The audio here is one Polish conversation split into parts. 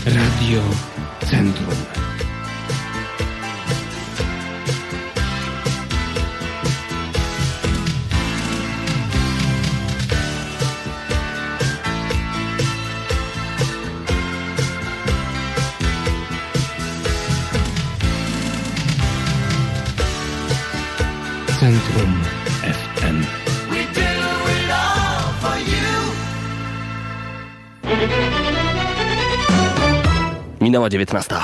Radio Centrum. Centrum FM. Minęła 19.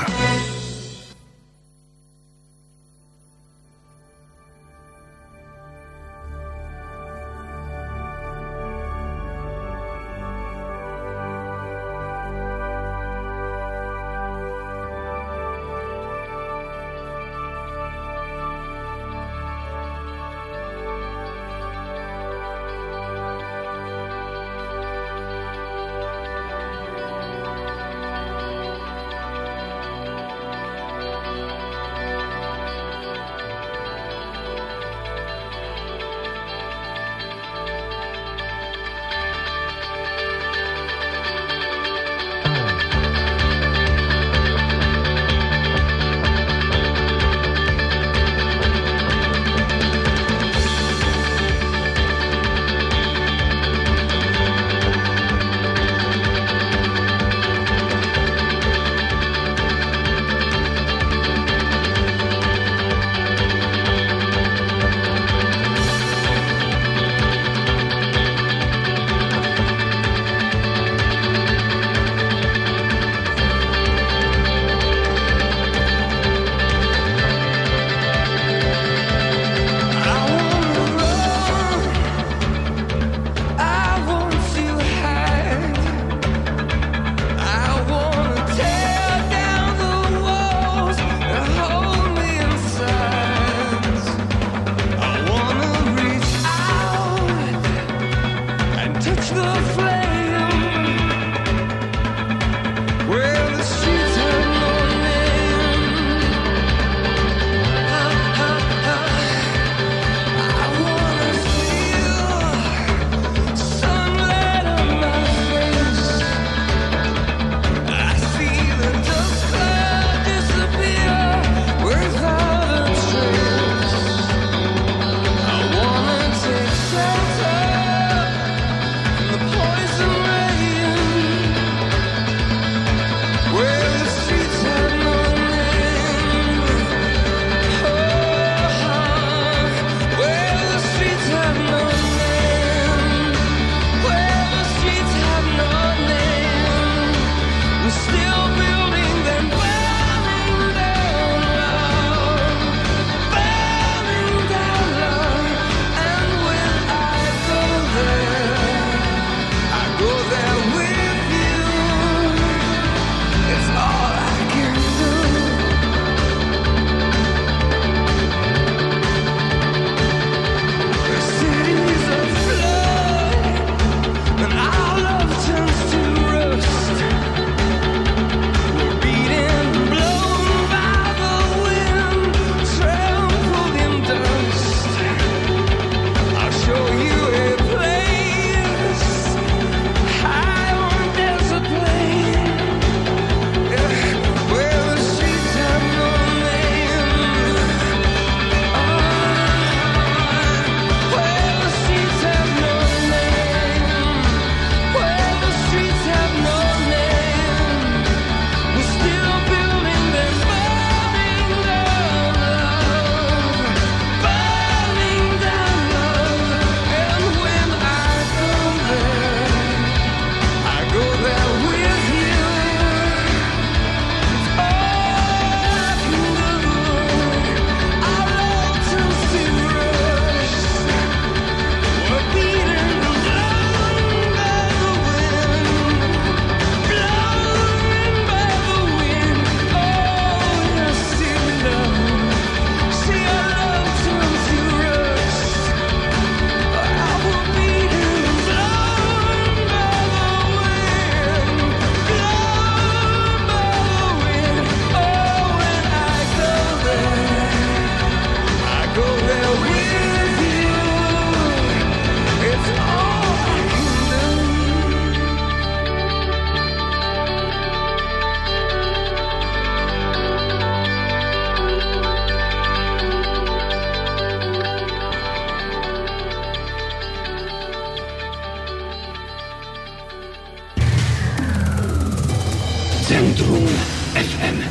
Centrum FM.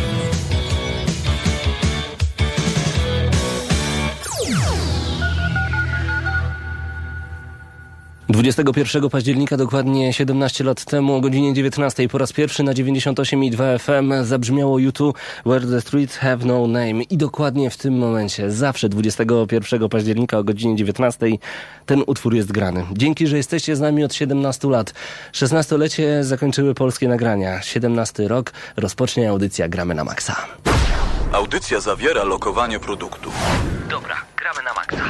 21 października, dokładnie 17 lat temu, o godzinie 19 po raz pierwszy na 98,2 FM zabrzmiało U2 Where the Streets Have No Name. I dokładnie w tym momencie, zawsze 21 października o godzinie 19 ten utwór jest grany. Dzięki, że jesteście z nami od 17 lat. 16-lecie zakończyły polskie nagrania. 17 rok rozpocznie audycja Gramy na Maxa. Audycja zawiera lokowanie produktu. Dobra, gramy na Maxa.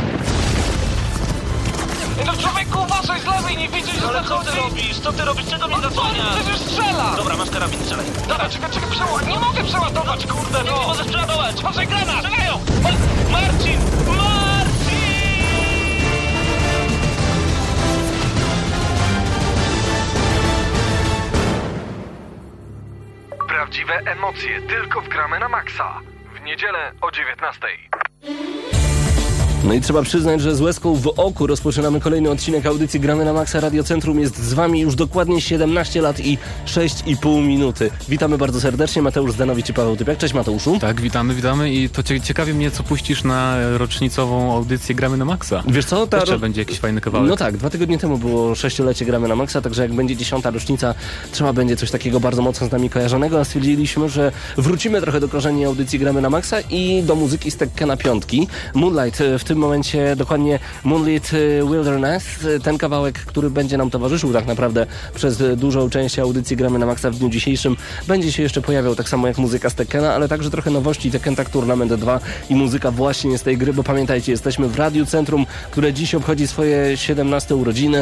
No człowieku, uważaj z lewej, nie widzisz, że co ty robisz? Co ty robisz? Czego mnie zasłaniasz? Przecież strzela! Dobra, masz karabin, strzelaj. Dobra, czekaj, nie mogę przeładować, kurde, no! Nie możesz przeładować! Uważaj, granat! Strzelają! Marcin! Prawdziwe emocje tylko w Gramy na Maxa. W niedzielę o 19:00. No i trzeba przyznać, że z łezką w oku rozpoczynamy kolejny odcinek audycji Gramy na Maxa. Radio Centrum jest z wami już dokładnie 17 lat i 6,5 minuty. Witamy bardzo serdecznie, Mateusz Zdanowicz i Paweł Typiak. Cześć Mateuszu. Tak, witamy i to ciekawi mnie, co puścisz na rocznicową audycję Gramy na Maxa. Wiesz co? Jeszcze będzie jakiś fajny kawałek. No tak, 2 tygodnie temu było 6-lecie Gramy na Maxa, także jak będzie 10. rocznica, trzeba będzie coś takiego bardzo mocno z nami kojarzonego, a stwierdziliśmy, że wrócimy trochę do korzeni audycji Gramy na Maxa i do muzyki z Tekkena 5. Moonlight w tym momencie, dokładnie Moonlit Wilderness, ten kawałek, który będzie nam towarzyszył tak naprawdę przez dużą część audycji Gramy na Maxa w dniu dzisiejszym, będzie się jeszcze pojawiał, tak samo jak muzyka z Tekkena, ale także trochę nowości, Tekken Tag Tournament 2 i muzyka właśnie z tej gry, bo pamiętajcie, jesteśmy w Radiu Centrum, które dziś obchodzi swoje 17 urodziny.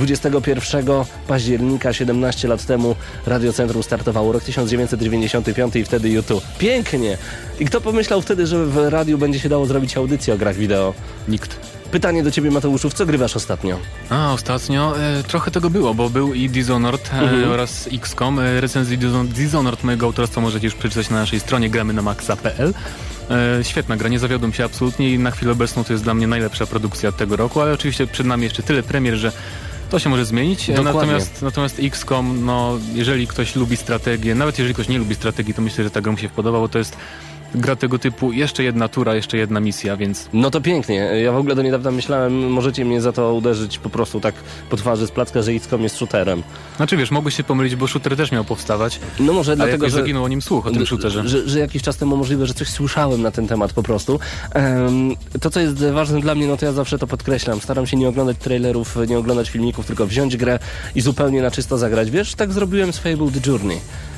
21 października, 17 lat temu Radio Centrum startowało, rok 1995 i wtedy U2. Pięknie! I kto pomyślał wtedy, że w radiu będzie się dało zrobić audycję o grach wideo? Nikt. Pytanie do ciebie, Mateuszu, w co grywasz ostatnio? Ostatnio trochę tego było, bo był i Dishonored oraz XCOM. Recenzję Dishonored mojego autorstwa możecie już przeczytać na naszej stronie gramynamaxa.pl. Świetna gra, nie zawiodłem się absolutnie i na chwilę obecną to jest dla mnie najlepsza produkcja tego roku, ale oczywiście przed nami jeszcze tyle premier, że to się może zmienić. Natomiast XCOM, no jeżeli ktoś lubi strategię, nawet jeżeli ktoś nie lubi strategii, to myślę, że ta gra mu się podoba, bo to jest gra tego typu, jeszcze jedna tura, jeszcze jedna misja, więc... No to pięknie. Ja w ogóle do niedawna myślałem, możecie mnie za to uderzyć po prostu tak po twarzy z placka, że XCOM jest shooterem. Znaczy wiesz, mogłeś się pomylić, bo shooter też miał powstawać. No może dlatego, że zaginął o nim słuch, o tym shooterze. Że jakiś czas temu możliwe, że coś słyszałem na ten temat po prostu. To, co jest ważne dla mnie, no to ja zawsze to podkreślam. Staram się nie oglądać trailerów, nie oglądać filmików, tylko wziąć grę i zupełnie na czysto zagrać. Wiesz, tak zrobiłem z Fable The Journey.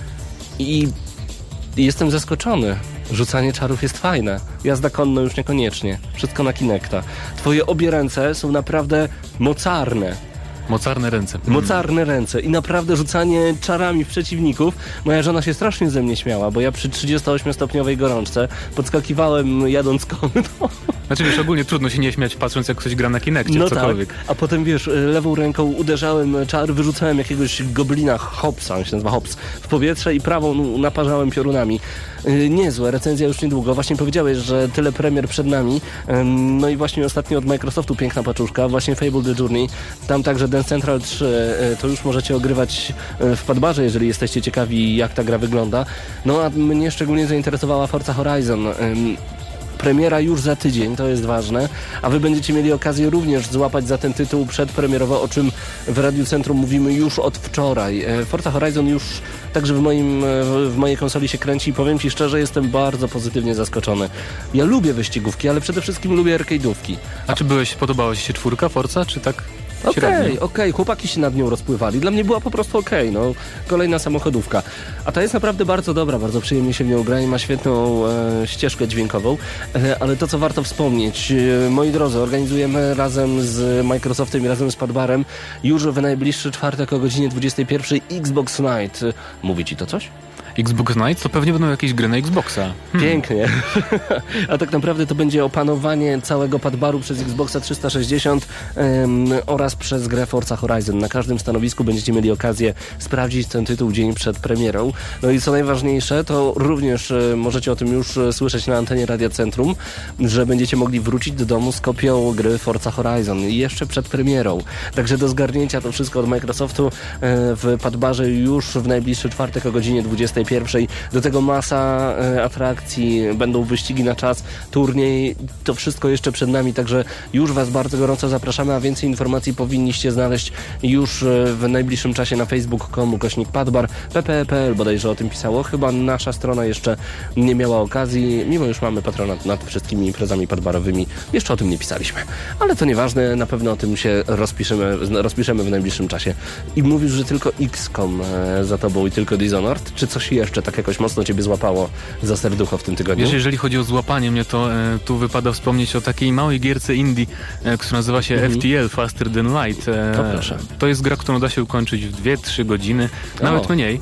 I jestem zaskoczony. Rzucanie czarów jest fajne. Jazda konno już niekoniecznie. Wszystko na Kinecta. Twoje obie ręce są naprawdę mocarne. Mocarne ręce. Mocarne ręce. I naprawdę rzucanie czarami w przeciwników. Moja żona się strasznie ze mnie śmiała, bo ja przy 38-stopniowej gorączce podskakiwałem jadąc konno. Znaczy wiesz, ogólnie trudno się nie śmiać, patrząc jak ktoś gra na Kinekcie, no cokolwiek. Tak. A potem wiesz, lewą ręką uderzałem czar, wyrzucałem jakiegoś goblina Hopsa, on się nazywa Hops, w powietrze i prawą naparzałem piorunami. Niezłe, recenzja już niedługo. Właśnie powiedziałeś, że tyle premier przed nami. No i właśnie ostatnio od Microsoftu piękna paczuszka, właśnie Fable The Journey. Tam także Dance Central 3, to już możecie ogrywać w Padbarze, jeżeli jesteście ciekawi, jak ta gra wygląda. No a mnie szczególnie zainteresowała Forza Horizon. Premiera już za tydzień, to jest ważne, a wy będziecie mieli okazję również złapać za ten tytuł przedpremierowo, o czym w Radiu Centrum mówimy już od wczoraj. Forza Horizon już także w mojej konsoli się kręci i powiem ci szczerze, jestem bardzo pozytywnie zaskoczony. Ja lubię wyścigówki, ale przede wszystkim lubię arcade'ówki. A czy podobała ci się 4 Forza, czy tak? Okej, chłopaki się nad nią rozpływali. Dla mnie była po prostu no kolejna samochodówka. A ta jest naprawdę bardzo dobra, bardzo przyjemnie się w nią gra i ma świetną ścieżkę dźwiękową. Ale to, co warto wspomnieć, moi drodzy, organizujemy razem z Microsoftem i razem z Padbarem już w najbliższy czwartek o godzinie 21 Xbox Night. Mówi ci to coś? Xbox Night, to pewnie będą jakieś gry na Xboxa. Pięknie. A tak naprawdę to będzie opanowanie całego padbaru przez Xboxa 360 oraz przez grę Forza Horizon. Na każdym stanowisku będziecie mieli okazję sprawdzić ten tytuł dzień przed premierą. No i co najważniejsze, to również możecie o tym już słyszeć na antenie Radia Centrum, że będziecie mogli wrócić do domu z kopią gry Forza Horizon jeszcze przed premierą. Także do zgarnięcia to wszystko od Microsoftu w padbarze już w najbliższy czwartek o godzinie 21. Do tego masa atrakcji, będą wyścigi na czas, turniej, to wszystko jeszcze przed nami, także już Was bardzo gorąco zapraszamy, a więcej informacji powinniście znaleźć już w najbliższym czasie na facebook.com/padbar, pp.pl bodajże o tym pisało. Chyba nasza strona jeszcze nie miała okazji, mimo już mamy patronat nad wszystkimi imprezami padbarowymi, jeszcze o tym nie pisaliśmy. Ale to nieważne, na pewno o tym się rozpiszemy w najbliższym czasie. I mówisz, że tylko XCOM za tobą i tylko Dishonored, czy coś jeszcze tak jakoś mocno ciebie złapało za serducho w tym tygodniu? Wiesz, jeżeli chodzi o złapanie mnie, to tu wypada wspomnieć o takiej małej gierce indie, która nazywa się FTL, Faster Than Light. To jest gra, którą da się ukończyć w 2-3 godziny, nawet mniej.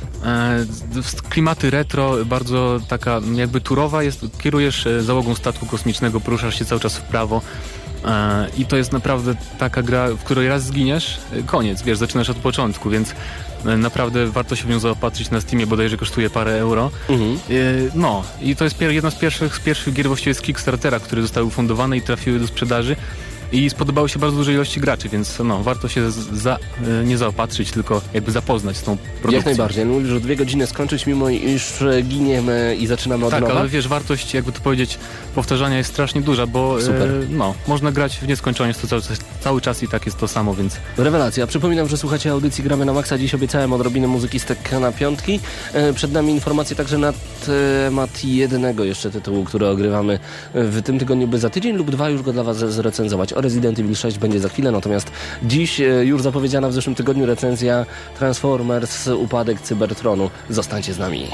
Klimaty retro, bardzo taka jakby turowa, kierujesz załogą statku kosmicznego, poruszasz się cały czas w prawo. I to jest naprawdę taka gra, w której raz zginiesz, koniec, wiesz, zaczynasz od początku, więc naprawdę warto się w nią zaopatrzyć na Steamie, bodajże kosztuje parę euro. No i to jest jedna z pierwszych gier właściwie z Kickstartera, które zostały ufundowane i trafiły do sprzedaży. I spodobały się bardzo dużej ilości graczy, więc warto się nie zaopatrzyć, tylko jakby zapoznać z tą produkcją. Jak najbardziej. Mówisz, że 2 godziny skończyć, mimo iż giniemy i zaczynamy od nowa. Tak, ale wiesz, wartość, jakby to powiedzieć, powtarzania jest strasznie duża, bo można grać w nieskończoność to cały czas i tak jest to samo, więc... Rewelacja. Przypominam, że słuchacie audycji Gramy na Maxa. Dziś obiecałem odrobinę muzyki z Tekkena 5. Przed nami informacje także na temat jednego jeszcze tytułu, który ogrywamy w tym tygodniu, by za tydzień lub 2 już go dla Was zrecenzować. Resident Evil 6 będzie za chwilę, natomiast dziś już zapowiedziana w zeszłym tygodniu recenzja Transformers Upadek Cybertronu. Zostańcie z nami.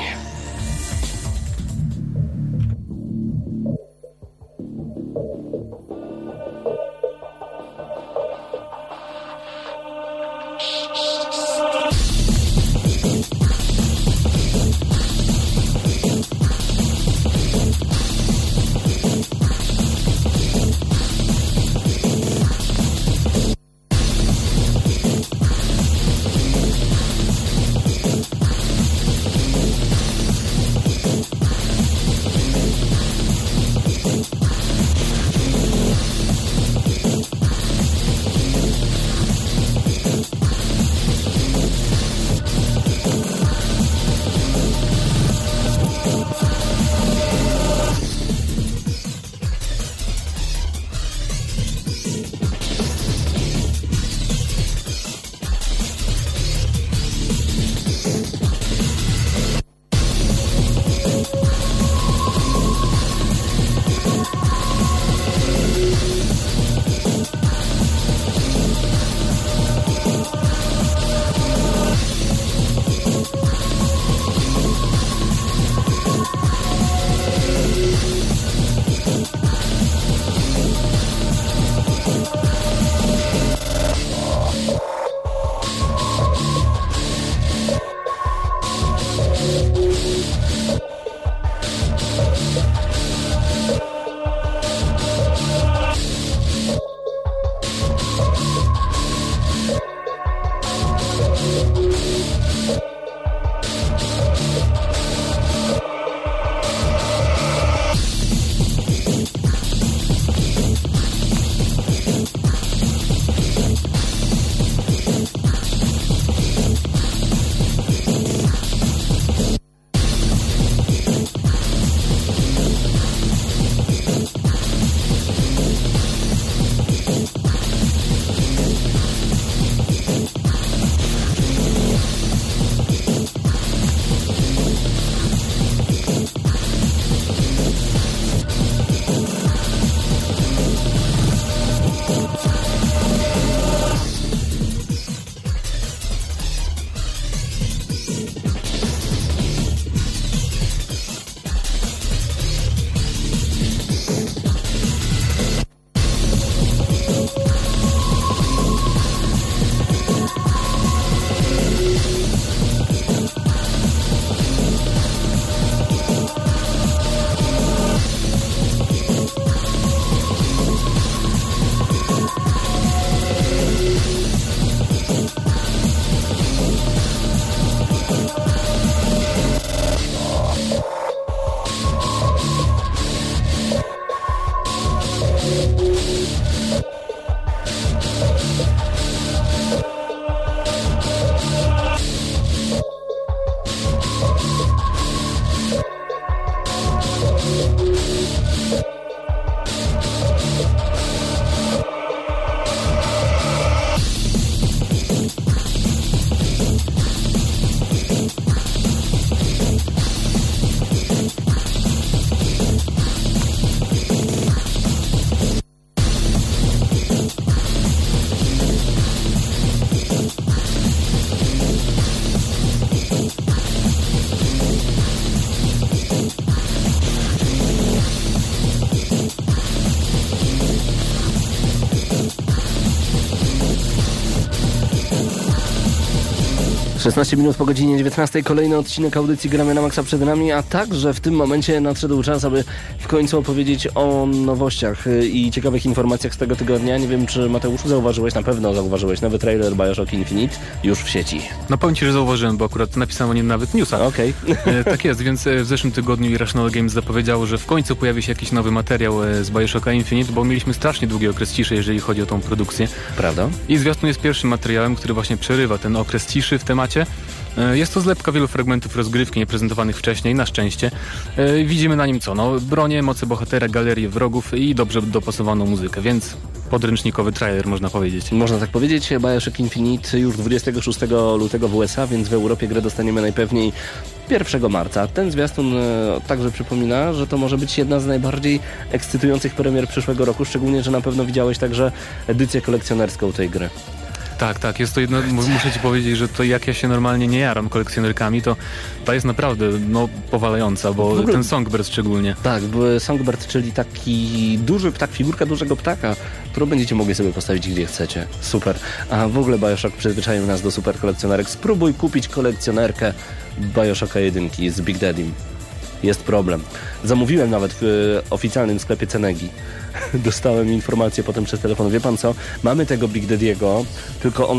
16 minut po godzinie 19. Kolejny odcinek audycji Gramy na Maxa przed nami, a także w tym momencie nadszedł czas, aby w końcu opowiedzieć o nowościach i ciekawych informacjach z tego tygodnia. Nie wiem, czy Mateuszu zauważyłeś, na pewno zauważyłeś nowy trailer Bioshock Infinite już w sieci. No powiem Ci, że zauważyłem, bo akurat napisałem o nim nawet newsa. Okej. Tak jest, więc w zeszłym tygodniu Irrational Games zapowiedziało, że w końcu pojawi się jakiś nowy materiał z Bioshocka Infinite, bo mieliśmy strasznie długi okres ciszy, jeżeli chodzi o tą produkcję. Prawda? I zwiastun jest pierwszym materiałem, który właśnie przerywa ten okres ciszy w temacie. Jest to zlepka wielu fragmentów rozgrywki nieprezentowanych wcześniej, na szczęście. Widzimy na nim co? No, bronie, moce bohatera, galerię wrogów i dobrze dopasowaną muzykę, więc podręcznikowy trailer, można powiedzieć. Można tak powiedzieć. Bioshock Infinite już 26 lutego w USA, więc w Europie grę dostaniemy najpewniej 1 marca. Ten zwiastun także przypomina, że to może być jedna z najbardziej ekscytujących premier przyszłego roku, szczególnie, że na pewno widziałeś także edycję kolekcjonerską tej gry. Tak, jest to jedno, muszę Ci powiedzieć, że to jak ja się normalnie nie jaram kolekcjonerkami, to ta jest naprawdę powalająca, bo ogóle, ten Songbird szczególnie. Tak, Songbird, czyli taki duży ptak, figurka dużego ptaka, którą będziecie mogli sobie postawić gdzie chcecie. Super. A w ogóle Bioshock przyzwyczaił nas do super kolekcjonerek. Spróbuj kupić kolekcjonerkę Bioshocka 1 z Big Daddym. Jest problem. Zamówiłem nawet w oficjalnym sklepie Cenegi. Dostałem informację potem przez telefon. Wie pan co? Mamy tego Big Daddy'ego, tylko on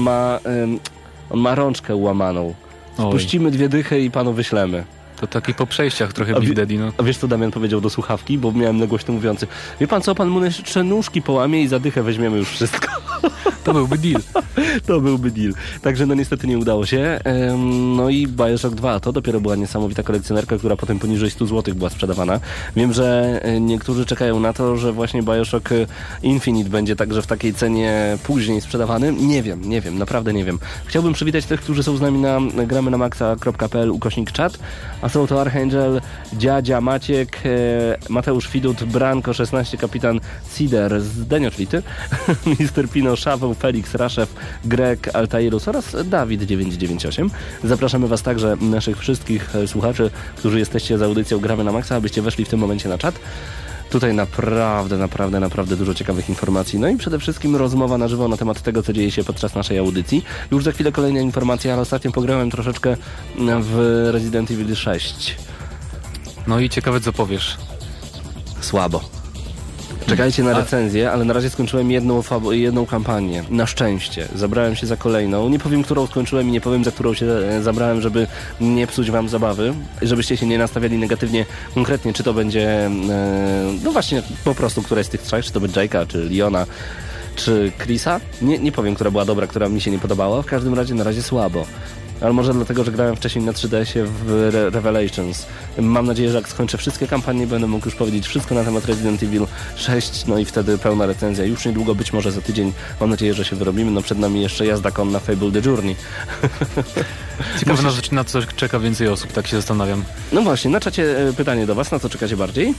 ma rączkę ułamaną. Spuścimy 2 dychy i panu wyślemy. To taki po przejściach trochę Big Daddy, no. A wiesz co Damian powiedział do słuchawki? Bo miałem na głośno mówiący. Wie pan co? Pan mu jeszcze nóżki połamie i za dychę weźmiemy już wszystko. To byłby deal. To byłby deal. Także no niestety nie udało się. No i Bioshock 2 to dopiero była niesamowita kolekcjonerka, która potem poniżej 100 zł była sprzedawana. Wiem, że niektórzy czekają na to, że właśnie Bioshock Infinite będzie także w takiej cenie później sprzedawany. Nie wiem, naprawdę nie wiem. Chciałbym przywitać tych, którzy są z nami na gramy na maxa.pl/czat, a są to Archangel, Dziadzia, Maciek, Mateusz Widut, Branko 16, Kapitan Cider, Zdenio, czyli ty, Mr. Pino, Szaweł, Felix, Raszew, Greg, Altairus oraz Dawid 998. Zapraszamy Was także, naszych wszystkich słuchaczy, którzy jesteście z audycją Gramy na Maxa, abyście weszli w tym momencie na czat. Tutaj naprawdę dużo ciekawych informacji. No i przede wszystkim rozmowa na żywo na temat tego, co dzieje się podczas naszej audycji. Już za chwilę kolejne informacje, ale ostatnio pograłem troszeczkę w Resident Evil 6. No i ciekawe, co powiesz. Słabo. Czekajcie na recenzję, ale na razie skończyłem jedną kampanię. Na szczęście. Zabrałem się za kolejną. Nie powiem, którą skończyłem i nie powiem, za którą się zabrałem, żeby nie psuć wam zabawy. Żebyście się nie nastawiali negatywnie konkretnie, czy to będzie no właśnie po prostu któraś z tych trzech, czy to będzie Jake'a, czy Leona, czy Chrisa. Nie powiem, która była dobra, która mi się nie podobała. W każdym razie na razie słabo. Ale może dlatego, że grałem wcześniej na 3DS-ie w Revelations. Mam nadzieję, że jak skończę wszystkie kampanie, będę mógł już powiedzieć wszystko na temat Resident Evil 6, no i wtedy pełna recenzja. Już niedługo, być może za tydzień, mam nadzieję, że się wyrobimy. No przed nami jeszcze jazda konna Fable The Journey. Ciekawe, na co czeka więcej osób, tak się zastanawiam. No właśnie, na czacie pytanie do Was, na co czekacie bardziej?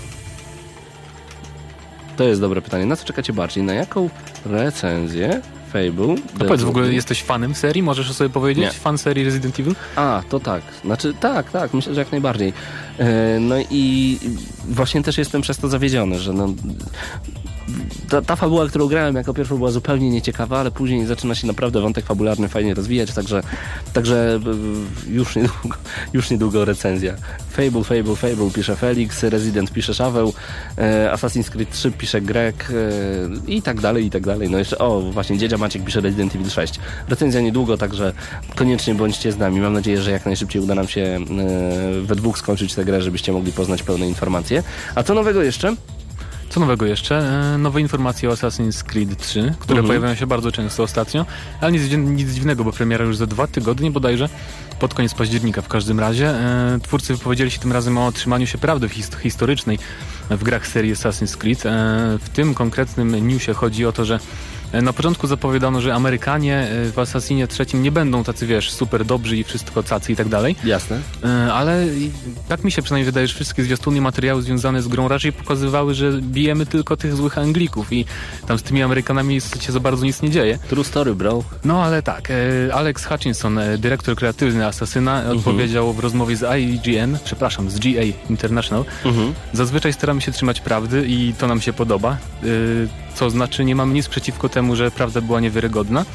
To jest dobre pytanie. Na co czekacie bardziej? Na jaką recenzję Fable? A powiedz, w ogóle jesteś fanem serii? Możesz o sobie powiedzieć? Nie. Fan serii Resident Evil? A, to tak. Znaczy, tak, myślę, że jak najbardziej. No i właśnie też jestem przez to zawiedziony, że no... Ta fabuła, którą grałem jako pierwszą, była zupełnie nieciekawa, ale później zaczyna się naprawdę wątek fabularny fajnie rozwijać, także już niedługo recenzja. Fable pisze Felix, Resident pisze Szaweł, Assassin's Creed 3 pisze Greg i tak dalej. No jeszcze, właśnie Dziedzia Maciek pisze Resident Evil 6. Recenzja niedługo, także koniecznie bądźcie z nami. Mam nadzieję, że jak najszybciej uda nam się we dwóch skończyć tę grę, żebyście mogli poznać pełne informacje. A co nowego jeszcze? Co nowego jeszcze? Nowe informacje o Assassin's Creed 3, które pojawiają się bardzo często ostatnio, ale nic dziwnego, bo premiera już za 2 tygodnie bodajże, pod koniec października w każdym razie. Twórcy wypowiedzieli się tym razem o trzymaniu się prawdy historycznej w grach serii Assassin's Creed. W tym konkretnym newsie chodzi o to, że na początku zapowiadano, że Amerykanie w Assassinie 3 nie będą tacy, wiesz, super dobrzy i wszystko cacy i tak dalej. Jasne. Ale tak mi się przynajmniej wydaje, że wszystkie zwiastuny i materiały związane z grą raczej pokazywały, że bijemy tylko tych złych Anglików i tam z tymi Amerykanami się za bardzo nic nie dzieje. True story, bro. No ale tak, Alex Hutchinson, dyrektor kreatywny Assassina, odpowiedział w rozmowie z z GA International. Zazwyczaj staramy się trzymać prawdy i to nam się podoba. Co znaczy, nie mamy nic przeciwko temu, że prawda była niewiarygodna.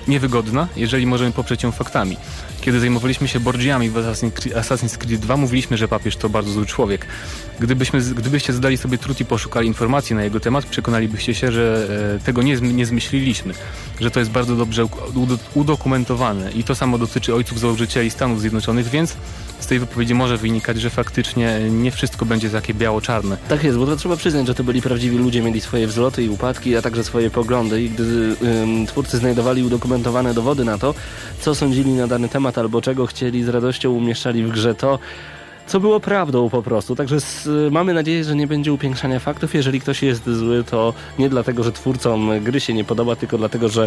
niewygodna, jeżeli możemy poprzeć ją faktami. Kiedy zajmowaliśmy się Borgiami w Assassin's Creed 2, mówiliśmy, że papież to bardzo zły człowiek. Gdybyście zadali sobie trud i poszukali informacji na jego temat, przekonalibyście się, że tego nie zmyśliliśmy, że to jest bardzo dobrze udokumentowane i to samo dotyczy ojców założycieli Stanów Zjednoczonych, więc z tej wypowiedzi może wynikać, że faktycznie nie wszystko będzie takie biało-czarne. Tak jest, bo to trzeba przyznać, że to byli prawdziwi ludzie, mieli swoje wzloty i upadki, a także swoje poglądy i gdy twórcy znajdowali udokumentowane dowody na to, co sądzili na dany temat albo czego chcieli, z radością umieszczali w grze to, co było prawdą po prostu. Także mamy nadzieję, że nie będzie upiększania faktów. Jeżeli ktoś jest zły, to nie dlatego, że twórcom gry się nie podoba, tylko dlatego, że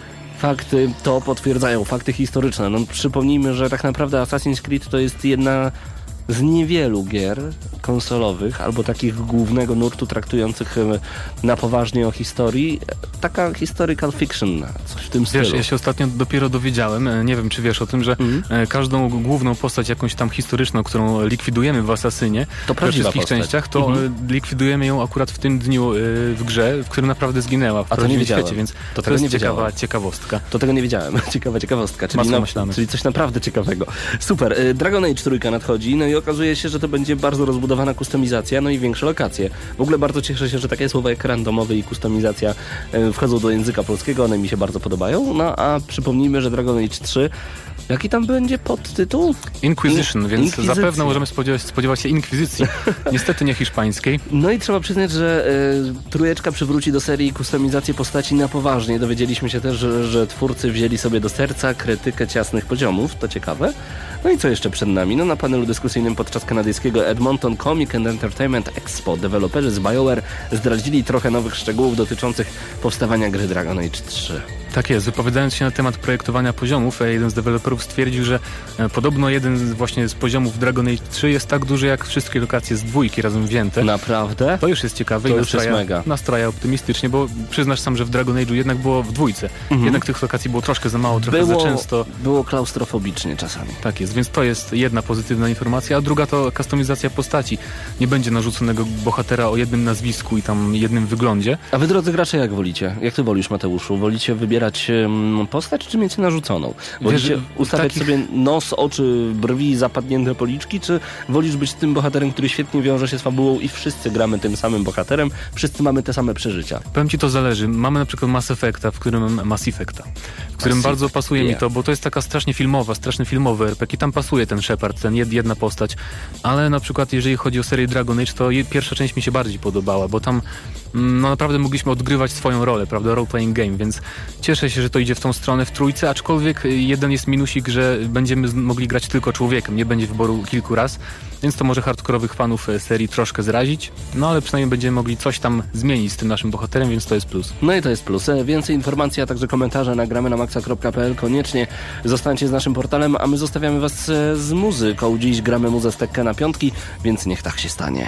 fakty to potwierdzają, fakty historyczne. No, przypomnijmy, że tak naprawdę Assassin's Creed to jest jedna z niewielu gier konsolowych, albo takich głównego nurtu traktujących na poważnie o historii. Taka historical fiction, coś w tym stylu. Wiesz, ja się ostatnio dopiero dowiedziałem, nie wiem czy wiesz o tym, że każdą główną postać jakąś tam historyczną, którą likwidujemy w Asasynie, to we wszystkich postać. częściach, to likwidujemy ją akurat w tym dniu w grze, w którym naprawdę zginęła w prawdziwym świecie, więc to jest ciekawostka. To tego nie wiedziałem. Ciekawa ciekawostka, czyli coś naprawdę ciekawego. Super. Dragon Age 3 nadchodzi, no i okazuje się, że to będzie bardzo rozbudowana kustomizacja, no i większe lokacje. W ogóle bardzo cieszę się, że takie słowa jak randomowy i kustomizacja wchodzą do języka polskiego, one mi się bardzo podobają. No a przypomnijmy, że Dragon Age 3, jaki tam będzie podtytuł? Inquisition, więc zapewne możemy spodziewać się inkwizycji. Niestety nie hiszpańskiej. No i trzeba przyznać, że trójeczka przywróci do serii kustomizację postaci na poważnie. Dowiedzieliśmy się też, że twórcy wzięli sobie do serca krytykę ciasnych poziomów, to ciekawe. No i co jeszcze przed nami? No na panelu dyskusyjnym podczas kanadyjskiego Edmonton Comic and Entertainment Expo deweloperzy z BioWare zdradzili trochę nowych szczegółów dotyczących powstawania gry Dragon Age 3. Tak jest, wypowiadając się na temat projektowania poziomów, jeden z deweloperów stwierdził, że podobno jeden właśnie z poziomów Dragon Age 3 jest tak duży jak wszystkie lokacje z dwójki razem wzięte. Naprawdę? To już jest ciekawe to i już jest mega. Nastraja optymistycznie, bo przyznasz sam, że w Dragon Age'u jednak było w dwójce. Jednak tych lokacji było troszkę za mało, trochę za często. Było klaustrofobicznie czasami. Tak jest, więc to jest jedna pozytywna informacja, a druga to kustomizacja postaci. Nie będzie narzuconego bohatera o jednym nazwisku i tam jednym wyglądzie. A wy, drodzy gracze, jak wolicie? Jak ty wolisz, Mateuszu? Wolicie wybierać postać, czy mieć narzuconą? Wolicie ustawiać sobie nos, oczy, brwi, zapadnięte policzki, czy wolisz być tym bohaterem, który świetnie wiąże się z fabułą i wszyscy gramy tym samym bohaterem, wszyscy mamy te same przeżycia? Powiem ci, to zależy. Mamy na przykład Mass Effecta, w którym bardzo pasuje mi to, bo to jest taka strasznie filmowy RPG i tam pasuje ten Shepard, jedna postać, ale na przykład jeżeli chodzi o serię Dragon Age, to pierwsza część mi się bardziej podobała, bo tam no naprawdę mogliśmy odgrywać swoją rolę, prawda, role-playing game, więc cieszę się, że to idzie w tą stronę w trójce, aczkolwiek jeden jest minusik, że będziemy mogli grać tylko człowiekiem, nie będzie wyboru kilku raz, więc to może hardkorowych fanów serii troszkę zrazić, no ale przynajmniej będziemy mogli coś tam zmienić z tym naszym bohaterem, więc to jest plus. No i to jest plus. Więcej informacji, a także komentarze na gramy-na-maxa.pl. Koniecznie zostańcie z naszym portalem, a my zostawiamy was z muzyką. Dziś gramy muzę z Tekkena na piątki, więc niech tak się stanie.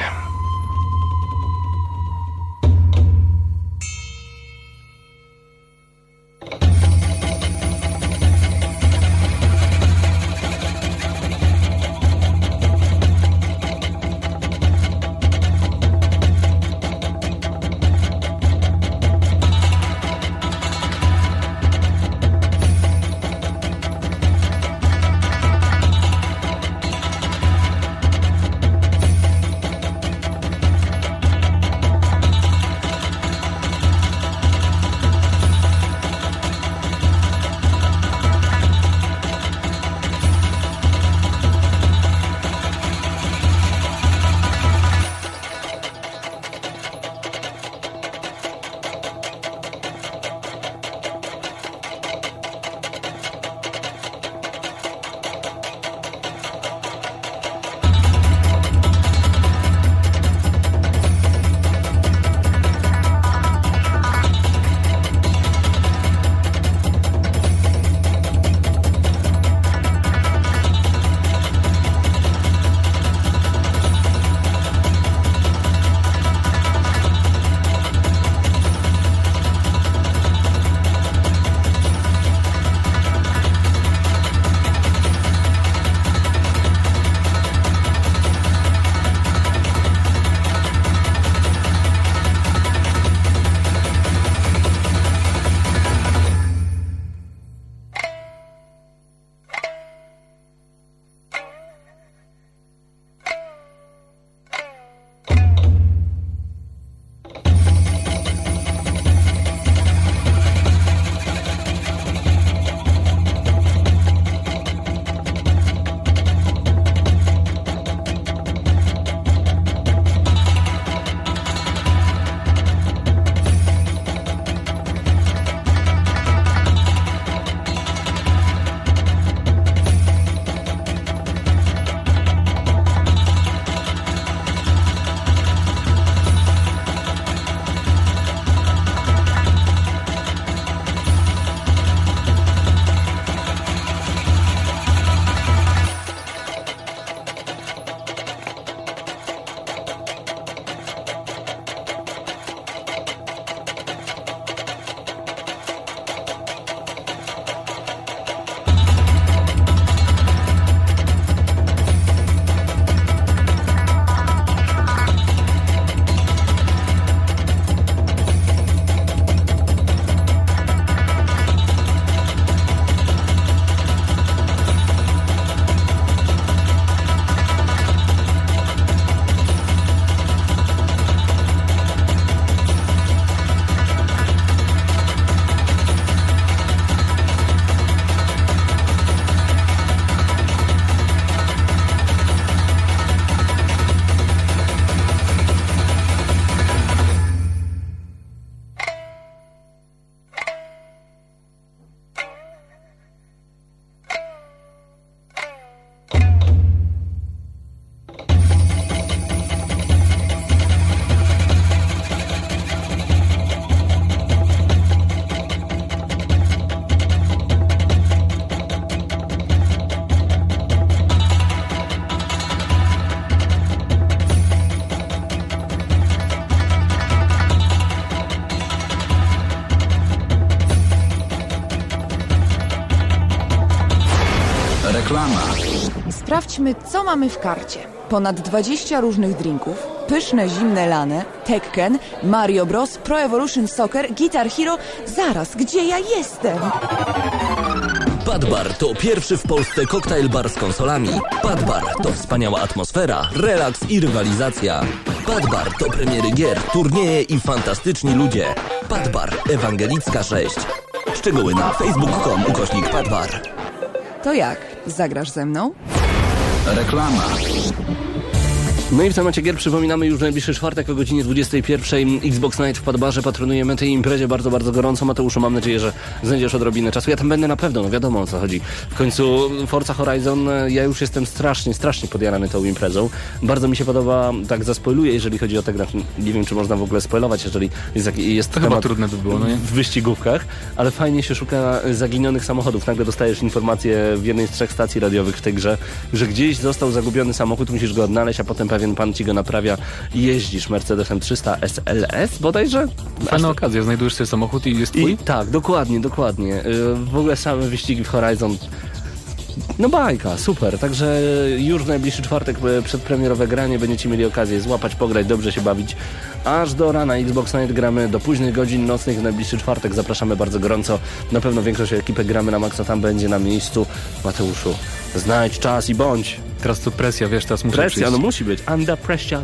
Sprawdźmy, co mamy w karcie. Ponad 20 różnych drinków, pyszne zimne lane, Tekken, Mario Bros, Pro Evolution Soccer, Guitar Hero. Zaraz, gdzie ja jestem? Padbar to pierwszy w Polsce koktajl bar z konsolami. Padbar to wspaniała atmosfera, relaks i rywalizacja. Padbar to premiery gier, turnieje i fantastyczni ludzie. Padbar Ewangelicka 6. Szczegóły na facebook.com/padbar. To jak? Zagrasz ze mną? Reklama. No i w temacie gier przypominamy już w najbliższy czwartek o godzinie 21. Xbox Night w Padbarze. Patronujemy tej imprezie bardzo, bardzo gorąco. Mateuszu, mam nadzieję, że znajdziesz odrobinę czasu. Ja tam będę na pewno, no wiadomo o co chodzi. W końcu Forza Horizon, ja już jestem strasznie podjarany tą imprezą. Bardzo mi się podoba, tak zaspoiluję, jeżeli chodzi o tę grę. Nie wiem, czy można w ogóle spoilować, jeżeli jest to chyba trudne by było, no nie? W wyścigówkach, ale fajnie się szuka zaginionych samochodów. Nagle dostajesz informację w jednej z 3 stacji radiowych w tej grze, że gdzieś został zagubiony samochód, musisz go odnaleźć, a potem pewien pan ci go naprawia i jeździsz Mercedesem 300 SLS bodajże? Fajna okazja, znajdujesz sobie samochód i jest twój? Tak, dokładnie. W ogóle same wyścigi w Horizon, no bajka, super. Także już w najbliższy czwartek przedpremierowe granie będziecie mieli okazję złapać, pograć, dobrze się bawić. Aż do rana Xbox Night gramy do późnych godzin nocnych w najbliższy czwartek. Zapraszamy bardzo gorąco. Na pewno większość ekipy Gramy na Maxa tam będzie na miejscu. Mateuszu, znajdź czas i bądź. Teraz to presja, wiesz, teraz muszę Presja, przyjść. no musi być. Under pressure.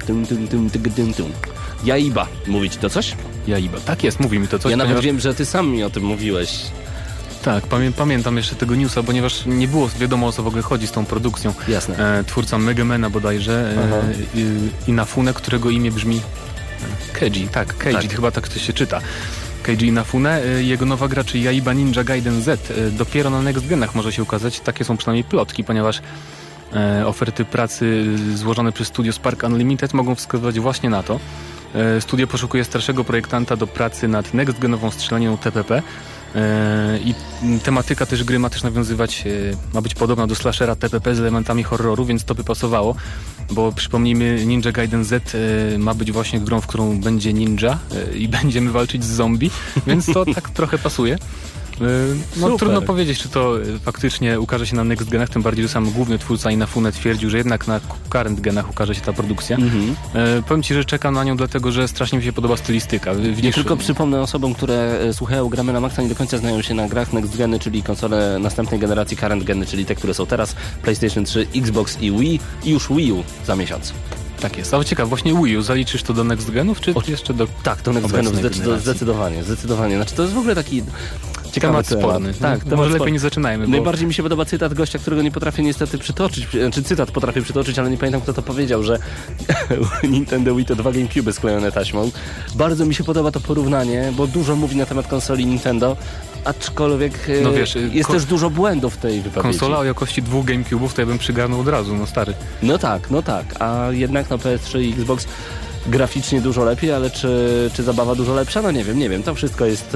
Jaiba. Mówić to coś? Jaiba. Tak jest, mówi mi to coś. Ja nawet wiem, że ty sam mi o tym mówiłeś. Tak, pamiętam jeszcze tego newsa, ponieważ nie było wiadomo, o co w ogóle chodzi z tą produkcją. Jasne. Twórca Megamana bodajże Inafune, którego imię brzmi Keiji. Tak, Keiji, chyba tak to się czyta. Keiji Inafune, jego nowa gra, czyli Jaiba Ninja Gaiden Z, dopiero na Next Genach może się ukazać. Takie są przynajmniej plotki, ponieważ oferty pracy złożone przez studio Spark Unlimited mogą wskazywać właśnie na to. Studio poszukuje starszego projektanta do pracy nad next-genową strzelaniną TPP i tematyka też gry ma też nawiązywać, ma być podobna do slashera TPP z elementami horroru, więc to by pasowało, bo przypomnijmy, Ninja Gaiden Z ma być właśnie grą, w którą będzie ninja i będziemy walczyć z zombie, więc to tak trochę pasuje. No, trudno powiedzieć, czy to faktycznie ukaże się na Next Genach, tym bardziej, że sam główny twórca Inafune twierdził, że jednak na Current Genach ukaże się ta produkcja. Powiem ci, że czekam na nią, dlatego że strasznie mi się podoba stylistyka. Ja tylko przypomnę osobom, które słuchają Gramy na Maxa, nie do końca znają się na grach Next Geny, czyli konsole następnej generacji, Current Geny, czyli te, które są teraz, PlayStation 3, Xbox i Wii i już Wii U za miesiąc. Tak jest. Ale ciekawe, właśnie Wii U, zaliczysz to do Next Genów, czy jeszcze do... Tak, do Next Genów zdecydowanie. Znaczy to jest w ogóle taki... Temat sporny. Tak, może lepiej nie zaczynajmy. Najbardziej mi się podoba cytat gościa, którego nie potrafię niestety przytoczyć, czy cytat potrafię przytoczyć, ale nie pamiętam, kto to powiedział, że Nintendo Wii to 2 GameCube sklejone taśmą. Bardzo mi się podoba to porównanie, bo dużo mówi na temat konsoli Nintendo, aczkolwiek no wiesz, jest też dużo błędów w tej wypowiedzi. Konsola o jakości 2 GameCube'ów to ja bym przygarnął od razu, no stary. No tak, a jednak na PS3 i Xbox graficznie dużo lepiej, ale czy zabawa dużo lepsza? No nie wiem, to wszystko jest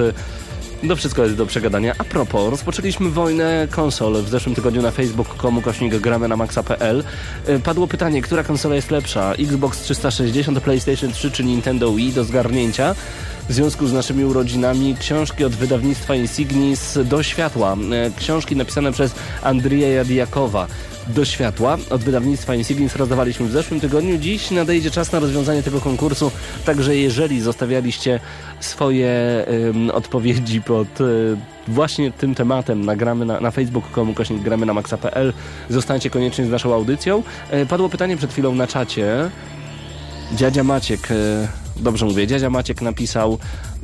do przegadania. A propos, rozpoczęliśmy wojnę konsol w zeszłym tygodniu na facebook.com/gramy na maxa.pl. Padło pytanie, która konsola jest lepsza? Xbox 360, PlayStation 3 czy Nintendo Wii do zgarnięcia? W związku z naszymi urodzinami książki od wydawnictwa Insignis Do Światła. Książki napisane przez Andrzeja Diakowa. Do Światła od wydawnictwa Insignis rozdawaliśmy w zeszłym tygodniu. Dziś nadejdzie czas na rozwiązanie tego konkursu, także jeżeli zostawialiście swoje odpowiedzi pod właśnie tym tematem na facebook.com/gramy na maxa.pl, zostańcie koniecznie z naszą audycją. Padło pytanie przed chwilą na czacie. Dziadzia Maciek, dobrze mówię, Dziadzia Maciek napisał,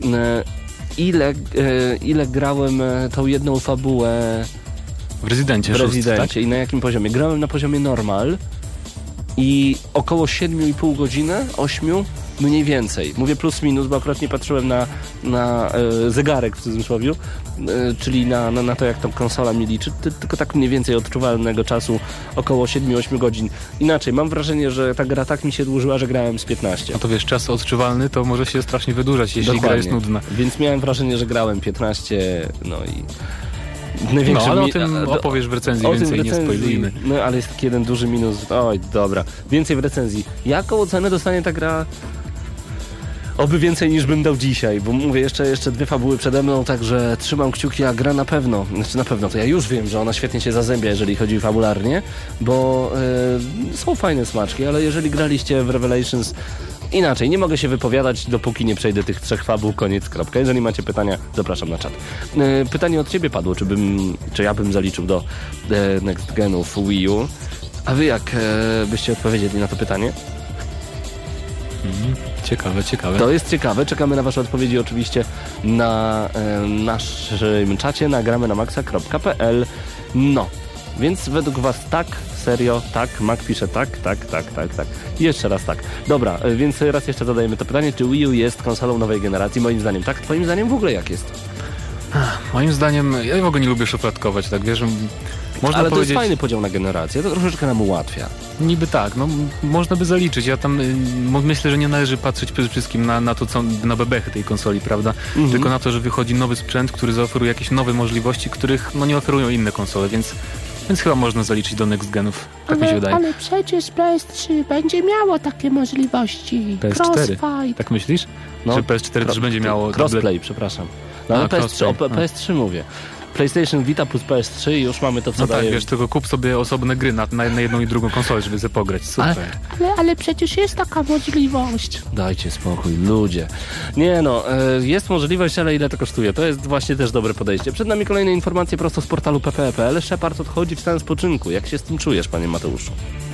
ile grałem tą jedną fabułę w Rezydencie, tak? I na jakim poziomie? Grałem na poziomie normal i około 7,5 godziny, 8 mniej więcej. Mówię plus minus, bo akurat nie patrzyłem na zegarek w cudzysłowie, czyli na to, jak tą konsola mi liczy, tylko tak mniej więcej odczuwalnego czasu około 7-8 godzin. Inaczej, mam wrażenie, że ta gra tak mi się dłużyła, że grałem z 15. No to wiesz, czas odczuwalny to może się strasznie wydłużać, jeśli gra jest nudna. Więc miałem wrażenie, że grałem 15, no i... No, ale o tym opowiesz w recenzji, więcej nie spoilujmy. No, ale jest taki jeden duży minus. Oj, dobra. Więcej w recenzji. Jaką ocenę dostanie ta gra Oby więcej niż bym dał dzisiaj, bo mówię, jeszcze 2 fabuły przede mną, także trzymam kciuki, a gra na pewno, to ja już wiem, że ona świetnie się zazębia, jeżeli chodzi fabularnie, bo są fajne smaczki, ale jeżeli graliście w Revelations, inaczej, nie mogę się wypowiadać, dopóki nie przejdę tych 3 fabuł, koniec, kropka. Jeżeli macie pytania, zapraszam na czat. Pytanie od ciebie padło, czy ja bym zaliczył do Next Genów Wii U, a wy jak byście odpowiedzieli na to pytanie? Ciekawe. To jest ciekawe. Czekamy na wasze odpowiedzi oczywiście na naszym czacie na gramynamaxa.pl. No, więc według was tak, serio, tak, Mac pisze tak. I jeszcze raz tak. Dobra, więc raz jeszcze zadajemy to pytanie, czy Wii U jest konsolą nowej generacji? Moim zdaniem tak. Twoim zdaniem w ogóle jak jest? Moim zdaniem, ja w ogóle nie lubię szufladkować, tak wiesz, można ale powiedzieć... to jest fajny podział na generację, to troszeczkę nam ułatwia. Niby tak, no można by zaliczyć. Ja tam myślę, że nie należy patrzeć przede wszystkim na to, co na bebechy tej konsoli, prawda? Tylko na to, że wychodzi nowy sprzęt, który zaoferuje jakieś nowe możliwości, których nie oferują inne konsole, więc chyba można zaliczyć do next genów. Tak mi się wydaje. Ale przecież PS3 będzie miało takie możliwości. PS4. Crossfight. Tak myślisz? Że PS4 też będzie miało... Crossplay, przepraszam. No ale PS3 mówię. PlayStation Vita plus PS3 i już mamy to, co daje... tak, wiesz, tylko kup sobie osobne gry na jedną i drugą konsolę, żeby sobie pograć. Super. Ale przecież jest taka możliwość. Dajcie spokój, ludzie. Nie no, jest możliwość, ale ile to kosztuje? To jest właśnie też dobre podejście. Przed nami kolejne informacje prosto z portalu ppe.pl. Shepard odchodzi w stan spoczynku. Jak się z tym czujesz, panie Mateuszu?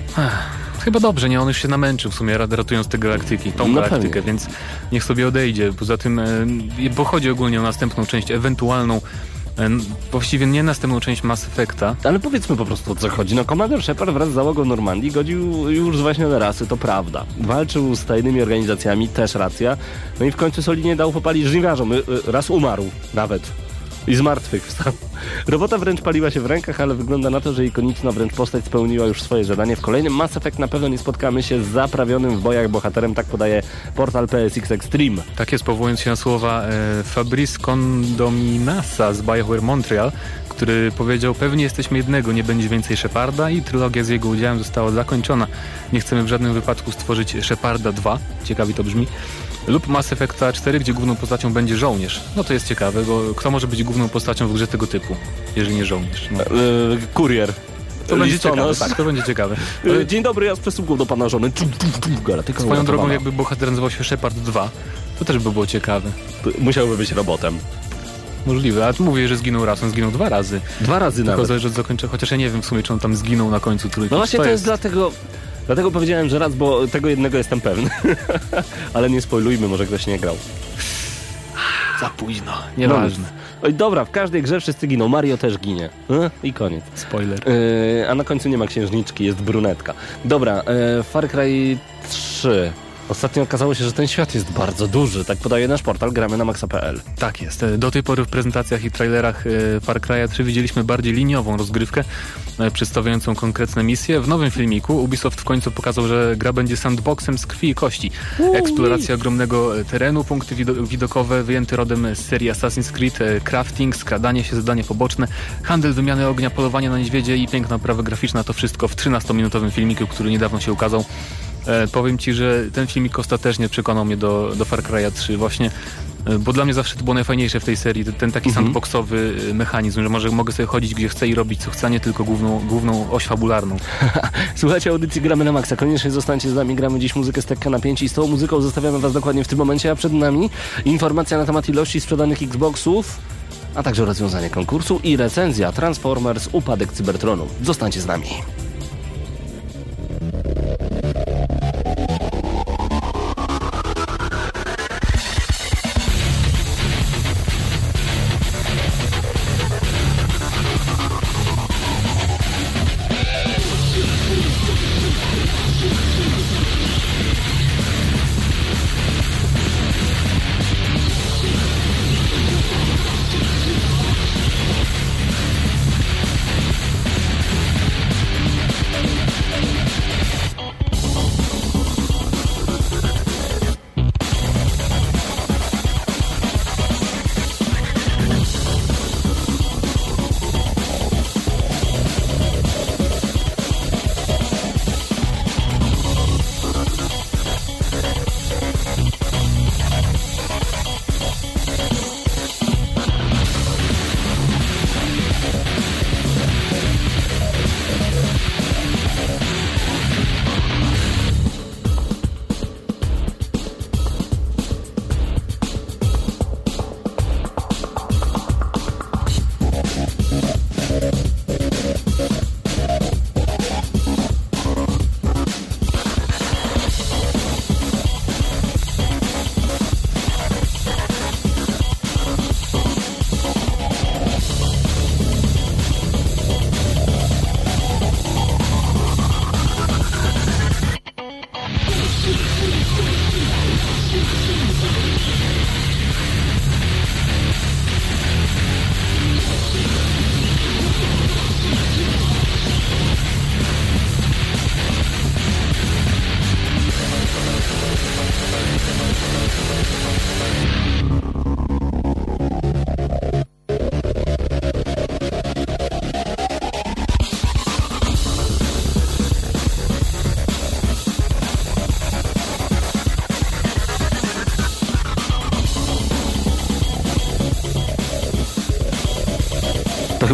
Chyba dobrze, nie? On już się namęczył w sumie ratując tę galaktykę, galaktykę, więc niech sobie odejdzie. Poza tym, bo chodzi ogólnie o następną część, ewentualną, właściwie nie następną część Mass Effecta. Ale powiedzmy po prostu, o co chodzi. No, Commander Shepard wraz z załogą Normandii godził już właśnie na rasy, to prawda. Walczył z tajnymi organizacjami, też racja. No i w końcu solidnie dał popalić żniwiarzom. Raz umarł nawet. I z martwych wstał. Robota wręcz paliła się w rękach, ale wygląda na to, że ikoniczna wręcz postać spełniła już swoje zadanie. W kolejnym Mass Effect na pewno nie spotkamy się z zaprawionym w bojach bohaterem, tak podaje portal PSX Extreme. Tak jest, powołując się na słowa Fabrice Condominasa z BioWare Montreal, który powiedział: pewnie jesteśmy jednego, nie będzie więcej Sheparda i trylogia z jego udziałem została zakończona. Nie chcemy w żadnym wypadku stworzyć Sheparda 2, ciekawie to brzmi, lub Mass Effecta 4, gdzie główną postacią będzie żołnierz. No to jest ciekawe, bo kto może być główną postacią w grze tego typu, jeżeli nie żołnierz? No. Kurier. To będzie ciekawe, tak, to będzie ciekawe. Dzień dobry, ja z przesyłką do pana żony. Swoją drogą, jakby bohater nazywał się Shepard 2, to też by było ciekawe. Musiałby być robotem. Możliwe, ale mówię, że zginął raz, on zginął 2 razy. 2 razy tylko nawet. Zależy od zakończenia, chociaż ja nie wiem w sumie, czy on tam zginął na końcu trójki. No właśnie to jest dlatego powiedziałem, że raz, bo tego jednego jestem pewny. Ale nie spoilujmy, może ktoś nie grał. Za późno, nieważne. Oj, dobra, w każdej grze wszyscy giną, Mario też ginie. I koniec. Spoiler. A na końcu nie ma księżniczki, jest brunetka. Dobra, Far Cry 3. Ostatnio okazało się, że ten świat jest bardzo duży, tak podaje nasz portal gramynamaxa.pl. Tak jest. Do tej pory w prezentacjach i trailerach Far Cry'a 3 widzieliśmy bardziej liniową rozgrywkę, przedstawiającą konkretne misje. W nowym filmiku Ubisoft w końcu pokazał, że gra będzie sandboxem z krwi i kości. Eksploracja ogromnego terenu, punkty widokowe wyjęte rodem z serii Assassin's Creed, crafting, skradanie się, zadania poboczne, handel, wymiany ognia, polowanie na niedźwiedzie i piękna oprawa graficzna. To wszystko w 13-minutowym filmiku, który niedawno się ukazał. Powiem ci, że ten filmik ostatecznie przekonał mnie do Far Cry'a 3 właśnie, bo dla mnie zawsze to było najfajniejsze w tej serii, ten taki sandboxowy mechanizm, że mogę sobie chodzić gdzie chcę i robić co chcę, a nie tylko główną oś fabularną. Słuchajcie audycji Gramy na Maxa, koniecznie zostańcie z nami, gramy dziś muzykę z Tekkena 5 i z tą muzyką zostawiamy was dokładnie w tym momencie, a przed nami informacja na temat ilości sprzedanych Xboxów, a także rozwiązanie konkursu i recenzja Transformers Upadek Cybertronu. Zostańcie z nami.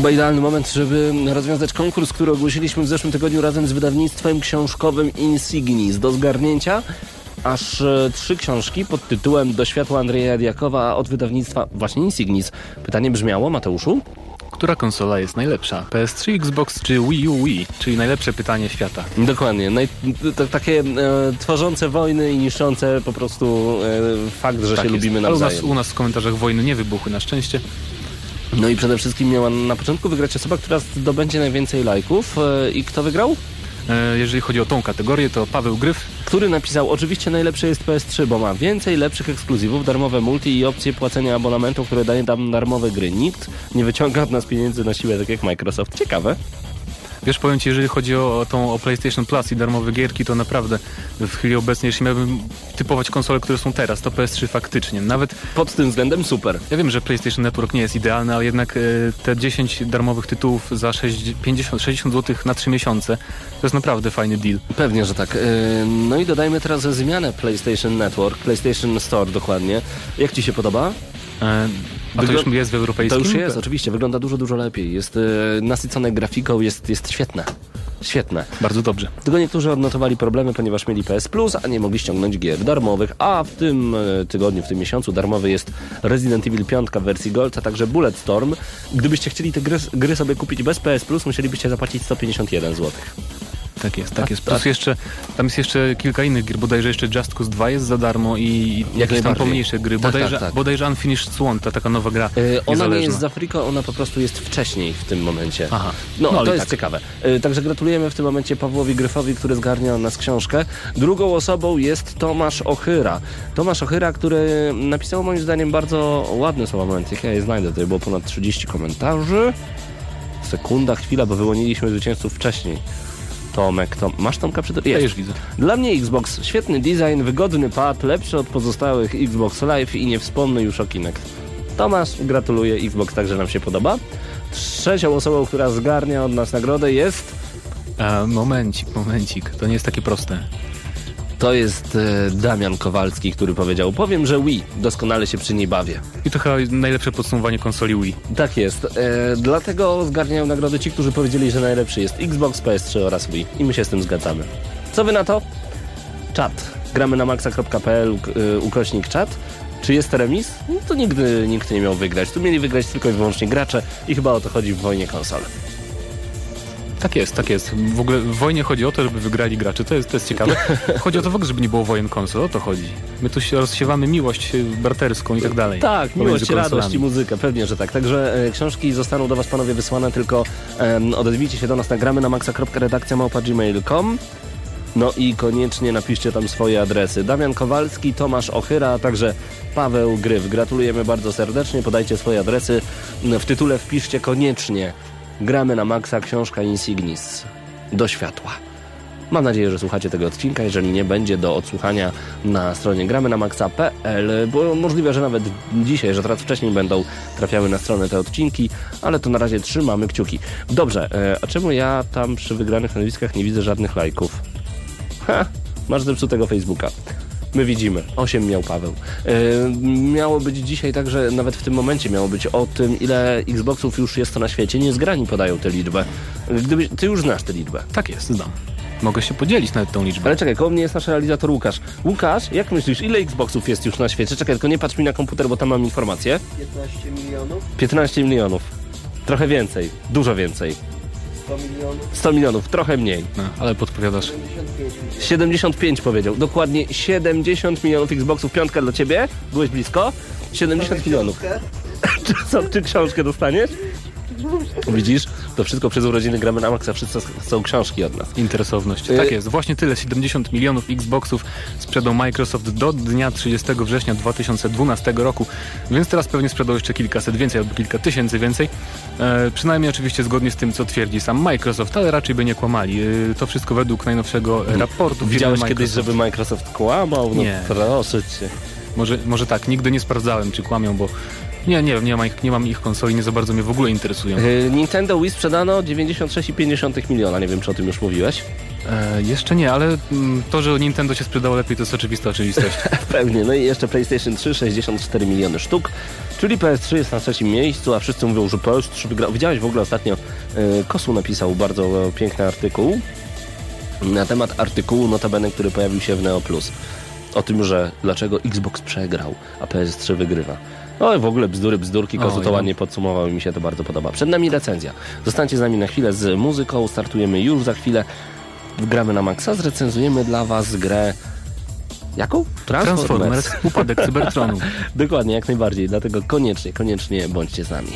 Chyba idealny moment, żeby rozwiązać konkurs, który ogłosiliśmy w zeszłym tygodniu razem z wydawnictwem książkowym Insignis. Do zgarnięcia aż 3 książki pod tytułem Do światła Andrzeja Diakowa od wydawnictwa właśnie Insignis. Pytanie brzmiało, Mateuszu? Która konsola jest najlepsza? PS3, Xbox czy Wii U Wii? Czyli najlepsze pytanie świata. Dokładnie. Takie tworzące wojny i niszczące po prostu fakt, że się lubimy nawzajem. Ale u nas w komentarzach wojny nie wybuchły, na szczęście. No i przede wszystkim miała na początku wygrać osoba, która zdobędzie najwięcej lajków. I kto wygrał? Jeżeli chodzi o tą kategorię, to Paweł Gryf, który napisał, oczywiście najlepsze jest PS3, bo ma więcej lepszych ekskluzywów, darmowe multi i opcje płacenia abonamentu, które daje tam darmowe gry. Nikt nie wyciąga od nas pieniędzy na siłę, tak jak Microsoft. Ciekawe. Wiesz, powiem Ci, jeżeli chodzi o PlayStation Plus i darmowe gierki, to naprawdę w chwili obecnej, jeśli miałbym typować konsole, które są teraz, to PS3 faktycznie. Nawet pod tym względem super. Ja wiem, że PlayStation Network nie jest idealny, ale jednak te 10 darmowych tytułów za 60 zł na 3 miesiące to jest naprawdę fajny deal. Pewnie, że tak. No i dodajmy teraz zmianę PlayStation Network, PlayStation Store dokładnie. Jak Ci się podoba? A to już jest w europejskim? To już jest, oczywiście. Wygląda dużo lepiej. Jest nasycone grafiką, jest świetne. Świetne. Bardzo dobrze. Tylko niektórzy odnotowali problemy, ponieważ mieli PS Plus, a nie mogli ściągnąć gier darmowych. A w tym tygodniu, w tym miesiącu darmowy jest Resident Evil 5 w wersji Gold, a także Bulletstorm. Gdybyście chcieli te gry sobie kupić bez PS Plus, musielibyście zapłacić 151 zł. Tak jest, tak jest. Plus tam jest jeszcze kilka innych gier, bodajże jeszcze Just Cause 2 jest za darmo i jakieś tam pomniejsze gry. Bodajże Unfinished Swan, ta taka nowa gra ona nie jest z Afriko, ona po prostu jest wcześniej w tym momencie. Aha. No to jest ciekawe. Także gratulujemy w tym momencie Pawłowi Gryfowi, który zgarnia od nas książkę. Drugą osobą jest Tomasz Ochyra. Tomasz Ochyra, który napisał moim zdaniem bardzo ładne słowa. Moment, jak ja je znajdę, tutaj było ponad 30 komentarzy. Sekunda, chwila, bo wyłoniliśmy zwycięzców wcześniej. Tomek, masz Tomka przy tym? Ja już widzę. Dla mnie Xbox, świetny design, wygodny pad, lepszy od pozostałych Xbox Live i nie wspomnę już o Kinect. Tomasz, gratuluję, Xbox także nam się podoba. Trzecią osobą, która zgarnia od nas nagrodę jest... Momencik, to nie jest takie proste. To jest Damian Kowalski, który powiedział, powiem, że Wii, doskonale się przy niej bawię. I to chyba najlepsze podsumowanie konsoli Wii. Tak jest. Dlatego zgarniają nagrody ci, którzy powiedzieli, że najlepszy jest Xbox, PS3 oraz Wii. I my się z tym zgadzamy. Co wy na to? Czat. Gramy na maxa.pl /czat. Czy jest remis? No to nigdy nikt nie miał wygrać. Tu mieli wygrać tylko i wyłącznie gracze i chyba o to chodzi w wojnie konsol. Tak jest. W ogóle w wojnie chodzi o to, żeby wygrali gracze. To jest ciekawe. Chodzi o to w ogóle, żeby nie było wojen konsol. O to chodzi. My tu się rozsiewamy miłość barterską i tak dalej. Tak, miłość, radość i muzykę. Pewnie, że tak. Także książki zostaną do was, panowie, wysłane, tylko odezwijcie się do nas na gramy na maxa.redakcja@gmail.com. No i koniecznie napiszcie tam swoje adresy. Damian Kowalski, Tomasz Ochyra, a także Paweł Gryf. Gratulujemy bardzo serdecznie. Podajcie swoje adresy. W tytule wpiszcie koniecznie Gramy na Maxa, książka Insignis. Do światła. Mam nadzieję, że słuchacie tego odcinka. Jeżeli nie, będzie do odsłuchania na stronie gramynamaxa.pl, bo możliwe, że nawet dzisiaj, że teraz wcześniej będą trafiały na stronę te odcinki, ale to na razie trzymamy kciuki. Dobrze, a czemu ja tam przy wygranych nazwiskach nie widzę żadnych lajków? Masz zepsutego Facebooka. My widzimy. 8 miał Paweł. Miało być dzisiaj także, nawet w tym momencie miało być o tym, ile Xboxów już jest to na świecie. Niezgrani podają tę liczbę. Ty już znasz tę liczbę. Tak jest, znam. Mogę się podzielić nawet tą liczbą. Ale czekaj, koło mnie jest nasz realizator Łukasz. Łukasz, jak myślisz, ile Xboxów jest już na świecie? Czekaj, tylko nie patrz mi na komputer, bo tam mam informację. 15 milionów. 15 milionów. Trochę więcej. Dużo więcej. 100 milionów. 100 milionów, trochę mniej. No, ale podpowiadasz. 75 powiedział. Dokładnie 70 milionów Xboxów. Piątka dla ciebie. Byłeś blisko. 70 milionów. Czy książkę dostaniesz? Widzisz? To wszystko przez urodziny Gramy na Maxa. Wszyscy chcą książki od nas. Interesowność. Tak jest. Właśnie tyle. 70 milionów Xboxów sprzedał Microsoft do dnia 30 września 2012 roku. Więc teraz pewnie sprzedał jeszcze kilkaset więcej albo kilka tysięcy więcej. Przynajmniej oczywiście zgodnie z tym, co twierdzi sam Microsoft, ale raczej by nie kłamali. To wszystko według najnowszego raportu. Widziałeś kiedyś, żeby Microsoft kłamał? No nie. Proszę cię. Może tak. Nigdy nie sprawdzałem, czy kłamią, bo nie mam ich konsoli, nie za bardzo mnie w ogóle interesują. Nintendo Wii sprzedano 96,5 miliona. Nie wiem, czy o tym już mówiłeś. Jeszcze nie, ale to, że Nintendo się sprzedało lepiej, to jest oczywista oczywistość. Pewnie. No i jeszcze PlayStation 3, 64 miliony sztuk, czyli PS3 jest na 3. miejscu, a wszyscy mówią, że PS3 wygrał. Widziałeś w ogóle ostatnio, Kosu napisał bardzo piękny artykuł na temat artykułu notabene, który pojawił się w Neo Plus. O tym, że dlaczego Xbox przegrał, a PS3 wygrywa. No i w ogóle bzdurki, Kosu to ładnie podsumował i mi się to bardzo podoba. Przed nami recenzja. Zostańcie z nami na chwilę z muzyką, startujemy już za chwilę. Gramy na maksa, zrecenzujemy dla was grę... Jaką? Transformers. Upadek Cybertronu. Dokładnie, jak najbardziej. Dlatego koniecznie bądźcie z nami.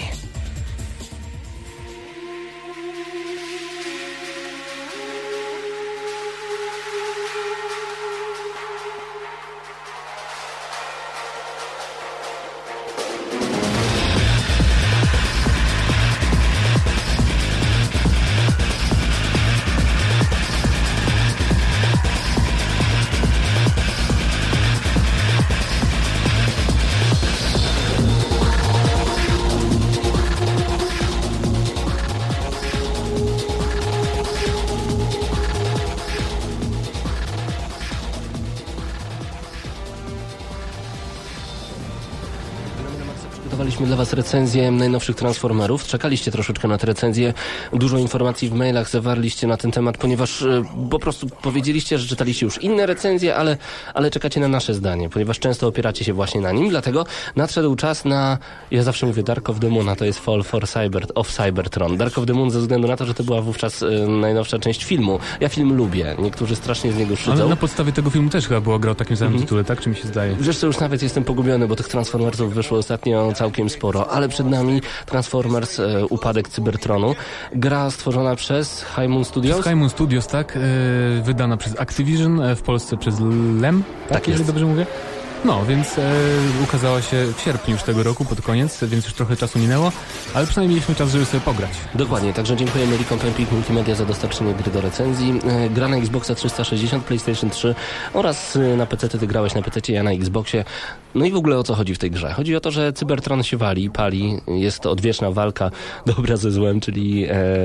Przygotowaliśmy dla was recenzję najnowszych Transformerów. Czekaliście troszeczkę na tę recenzję. Dużo informacji w mailach zawarliście na ten temat, ponieważ po prostu powiedzieliście, że czytaliście już inne recenzje, ale czekacie na nasze zdanie, ponieważ często opieracie się właśnie na nim. Dlatego nadszedł czas na, ja zawsze mówię Dark of the Moon, a to jest Fall of Cybertron. Dark of the Moon ze względu na to, że to była wówczas najnowsza część filmu. Ja film lubię. Niektórzy strasznie z niego szydzą. Ale na podstawie tego filmu też chyba była gra o takim samym tytule, tak? Czy mi się zdaje? Wiesz co, już nawet jestem pogubiony, bo tych Transformersów wyszło ostatnio całkiem sporo, ale przed nami Transformers Upadek Cybertronu. Gra stworzona przez High Moon Studios? Przez High Moon Studios, tak. Wydana przez Activision, w Polsce przez LEM, tak jeżeli dobrze mówię. No, więc ukazała się w sierpniu już tego roku, pod koniec, więc już trochę czasu minęło, ale przynajmniej mieliśmy czas, żeby sobie pograć. Dokładnie, także dziękujemy Recomp Empik Multimedia za dostarczenie gry do recenzji. Gra na Xboxa 360, PlayStation 3 oraz na PC. Ty grałeś na PC, ja na Xboxie. No i w ogóle o co chodzi w tej grze? Chodzi o to, że Cybertron się pali. Jest to odwieczna walka dobra ze złem, czyli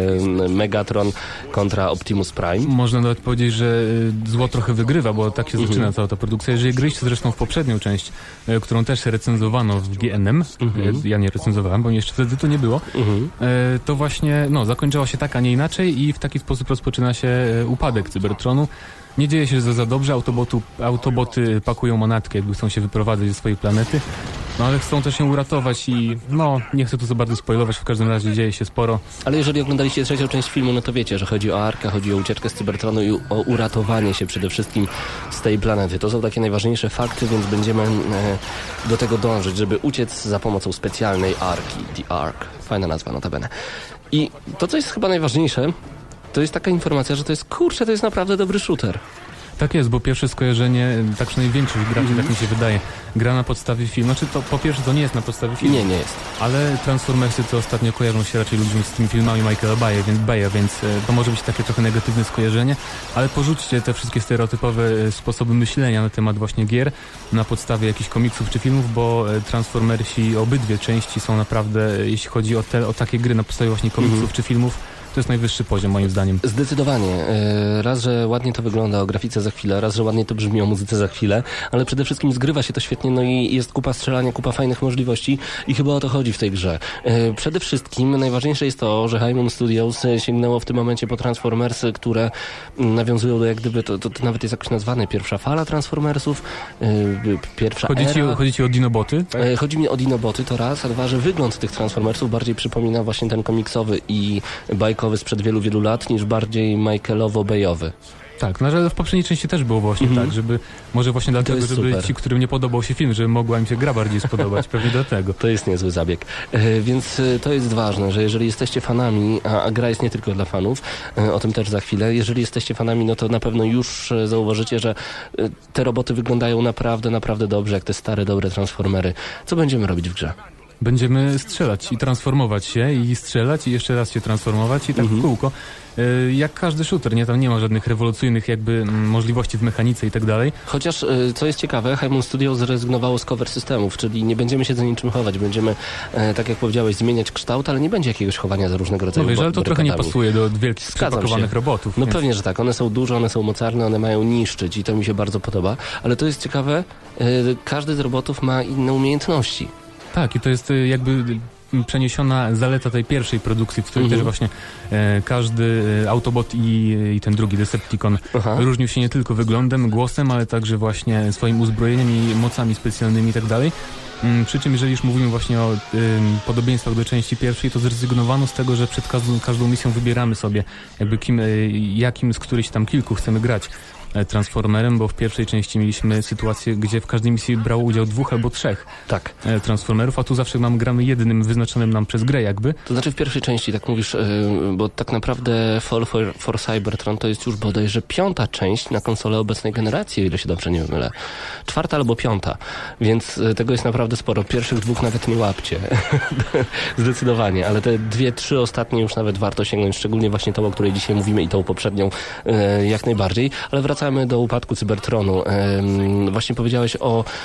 Megatron kontra Optimus Prime. Można nawet powiedzieć, że zło trochę wygrywa, bo tak się zaczyna cała ta produkcja. Jeżeli gryście zresztą w poprzednią część, którą też recenzowano w GNM, ja nie recenzowałem, bo jeszcze wtedy to nie było, to właśnie zakończyła się tak, a nie inaczej i w taki sposób rozpoczyna się upadek Cybertronu. Nie dzieje się za dobrze, autoboty pakują manatkę, jakby chcą się wyprowadzać ze swojej planety, no ale chcą też ją uratować i nie chcę tu za bardzo spoilować, w każdym razie dzieje się sporo. Ale jeżeli oglądaliście trzecią część filmu, no to wiecie, że chodzi o Arkę, chodzi o ucieczkę z Cybertronu i o uratowanie się przede wszystkim z tej planety. To są takie najważniejsze fakty, więc będziemy do tego dążyć, żeby uciec za pomocą specjalnej Arki, The Ark. Fajna nazwa, notabene. I to, co jest chyba najważniejsze, to jest taka informacja, że to jest naprawdę dobry shooter. Tak jest, bo pierwsze skojarzenie, tak przynajmniej większość graczy, tak mi się wydaje, gra na podstawie filmu. Znaczy to po pierwsze to nie jest na podstawie filmu. Nie jest. Ale Transformersy to ostatnio kojarzą się raczej ludźmi z tymi filmami Michaela Baya, więc to może być takie trochę negatywne skojarzenie, ale porzućcie te wszystkie stereotypowe sposoby myślenia na temat właśnie gier na podstawie jakichś komiksów czy filmów, bo Transformersi, obydwie części są naprawdę, jeśli chodzi o takie gry na podstawie właśnie komiksów czy filmów, to jest najwyższy poziom moim zdaniem. Zdecydowanie. Raz, że ładnie to wygląda o grafice za chwilę, raz, że ładnie to brzmi o muzyce za chwilę, ale przede wszystkim zgrywa się to świetnie, no i jest kupa strzelania, kupa fajnych możliwości i chyba o to chodzi w tej grze. Przede wszystkim najważniejsze jest to, że High Moon Studios sięgnęło w tym momencie po Transformersy, które nawiązują do jak gdyby, to nawet jest jakoś nazwane pierwsza fala Transformersów, pierwsza era. Chodzi ci o Dinoboty? Tak? Chodzi mi o Dinoboty, to raz, a dwa, że wygląd tych Transformersów bardziej przypomina właśnie ten komiksowy i bajkowy sprzed wielu lat, niż bardziej Michaelowo-Bayowy. Tak, no ale w poprzedniej części też było właśnie tak, żeby może właśnie dlatego, żeby super. Ci, którym nie podobał się film, żeby mogła im się gra bardziej spodobać, pewnie dlatego. To jest niezły zabieg. Więc to jest ważne, że jeżeli jesteście fanami, a gra jest nie tylko dla fanów, o tym też za chwilę, jeżeli jesteście fanami, no to na pewno już zauważycie, że te roboty wyglądają naprawdę dobrze, jak te stare, dobre Transformery. Co będziemy robić w grze? Będziemy strzelać i transformować się i strzelać i jeszcze raz się transformować i tak w kółko. Jak każdy shooter, nie? Tam nie ma żadnych rewolucyjnych jakby możliwości w mechanice i tak dalej. Chociaż, co jest ciekawe, Haemon Studio zrezygnowało z cover systemów, czyli nie będziemy się za niczym chować. Będziemy, tak jak powiedziałeś, zmieniać kształt, ale nie będzie jakiegoś chowania za różnego rodzaju ale to trochę nie pasuje do wielkich, przepakowanych robotów. No pewnie, że tak. One są duże, one są mocarne, one mają niszczyć i to mi się bardzo podoba. Ale to jest ciekawe, każdy z robotów ma inne umiejętności. Tak, i to jest jakby przeniesiona zaleta tej pierwszej produkcji, w której też właśnie każdy Autobot i ten drugi Decepticon różnił się nie tylko wyglądem, głosem, ale także właśnie swoim uzbrojeniem i mocami specjalnymi i tak dalej. Przy czym jeżeli już mówimy właśnie o podobieństwach do części pierwszej, to zrezygnowano z tego, że przed każdą misją wybieramy sobie jakby jakim z którychś tam kilku chcemy grać Transformerem, bo w pierwszej części mieliśmy sytuację, gdzie w każdej misji brało udział 2 albo 3 Transformerów, a tu zawsze gramy jednym wyznaczonym nam przez grę jakby. To znaczy w pierwszej części, tak mówisz, bo tak naprawdę Fall for Cybertron to jest już bodajże 5. część na konsolę obecnej generacji, o ile się dobrze nie mylę. 4. albo 5. Więc tego jest naprawdę sporo. Pierwszych 2 nawet nie łapcie. Zdecydowanie, ale te 2-3 ostatnie już nawet warto sięgnąć, szczególnie właśnie tą, o której dzisiaj mówimy i tą poprzednią jak najbardziej. Ale wracamy do upadku Cybertronu. Właśnie powiedziałeś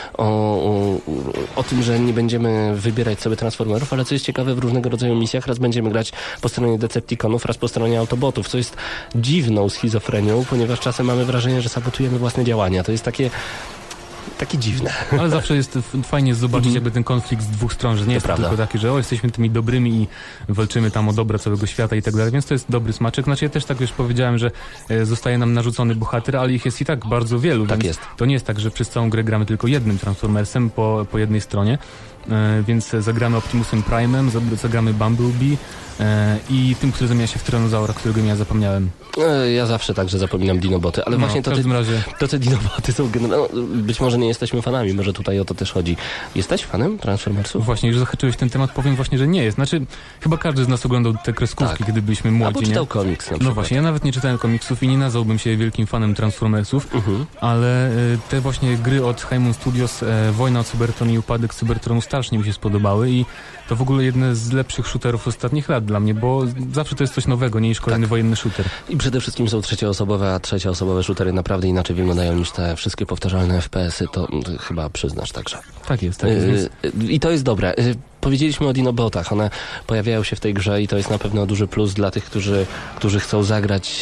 o tym, że nie będziemy wybierać sobie Transformerów, ale co jest ciekawe, w różnego rodzaju misjach raz będziemy grać po stronie Decepticonów, raz po stronie Autobotów, co jest dziwną schizofrenią, ponieważ czasem mamy wrażenie, że sabotujemy własne działania. To jest takie dziwne. Ale zawsze jest fajnie zobaczyć jakby ten konflikt z 2 stron, że nie jest to tylko taki, że jesteśmy tymi dobrymi i walczymy tam o dobro całego świata i tak dalej, więc to jest dobry smaczek. Znaczy ja też tak już powiedziałem, że zostaje nam narzucony bohater, ale ich jest i tak bardzo wielu, tak więc jest. To nie jest tak, że przez całą grę gramy tylko jednym Transformersem po jednej stronie, więc zagramy Optimusem Prime'em, zagramy Bumblebee i tym, który zamienia się w Tyranozaura, którego ja zapomniałem. Ja zawsze także zapominam Dinoboty, ale właśnie to te Dinoboty są być może nie jesteśmy fanami, może tutaj o to też chodzi. Jesteś fanem Transformersów? Właśnie, już zahaczyłeś ten temat, powiem właśnie, że nie jest. Znaczy, chyba każdy z nas oglądał te kreskówki, kiedy byliśmy młodzi. Albo czytał komiks na przykład. No właśnie, ja nawet nie czytałem komiksów i nie nazwałbym się wielkim fanem Transformersów, ale te właśnie gry od Haemon Studios, Wojna o Cybertron i Upadek Cybertronu strasznie mi się spodobały i to w ogóle jedne z lepszych shooterów ostatnich lat dla mnie, bo zawsze to jest coś nowego, nie niż kolejny wojenny shooter. I przede wszystkim są trzecioosobowe, a trzecioosobowe shootery naprawdę inaczej wyglądają niż te wszystkie powtarzalne FPS-y, to chyba przyznasz także. Tak jest. I to jest dobre. Powiedzieliśmy o Dinobotach, one pojawiają się w tej grze i to jest na pewno duży plus dla tych, którzy chcą zagrać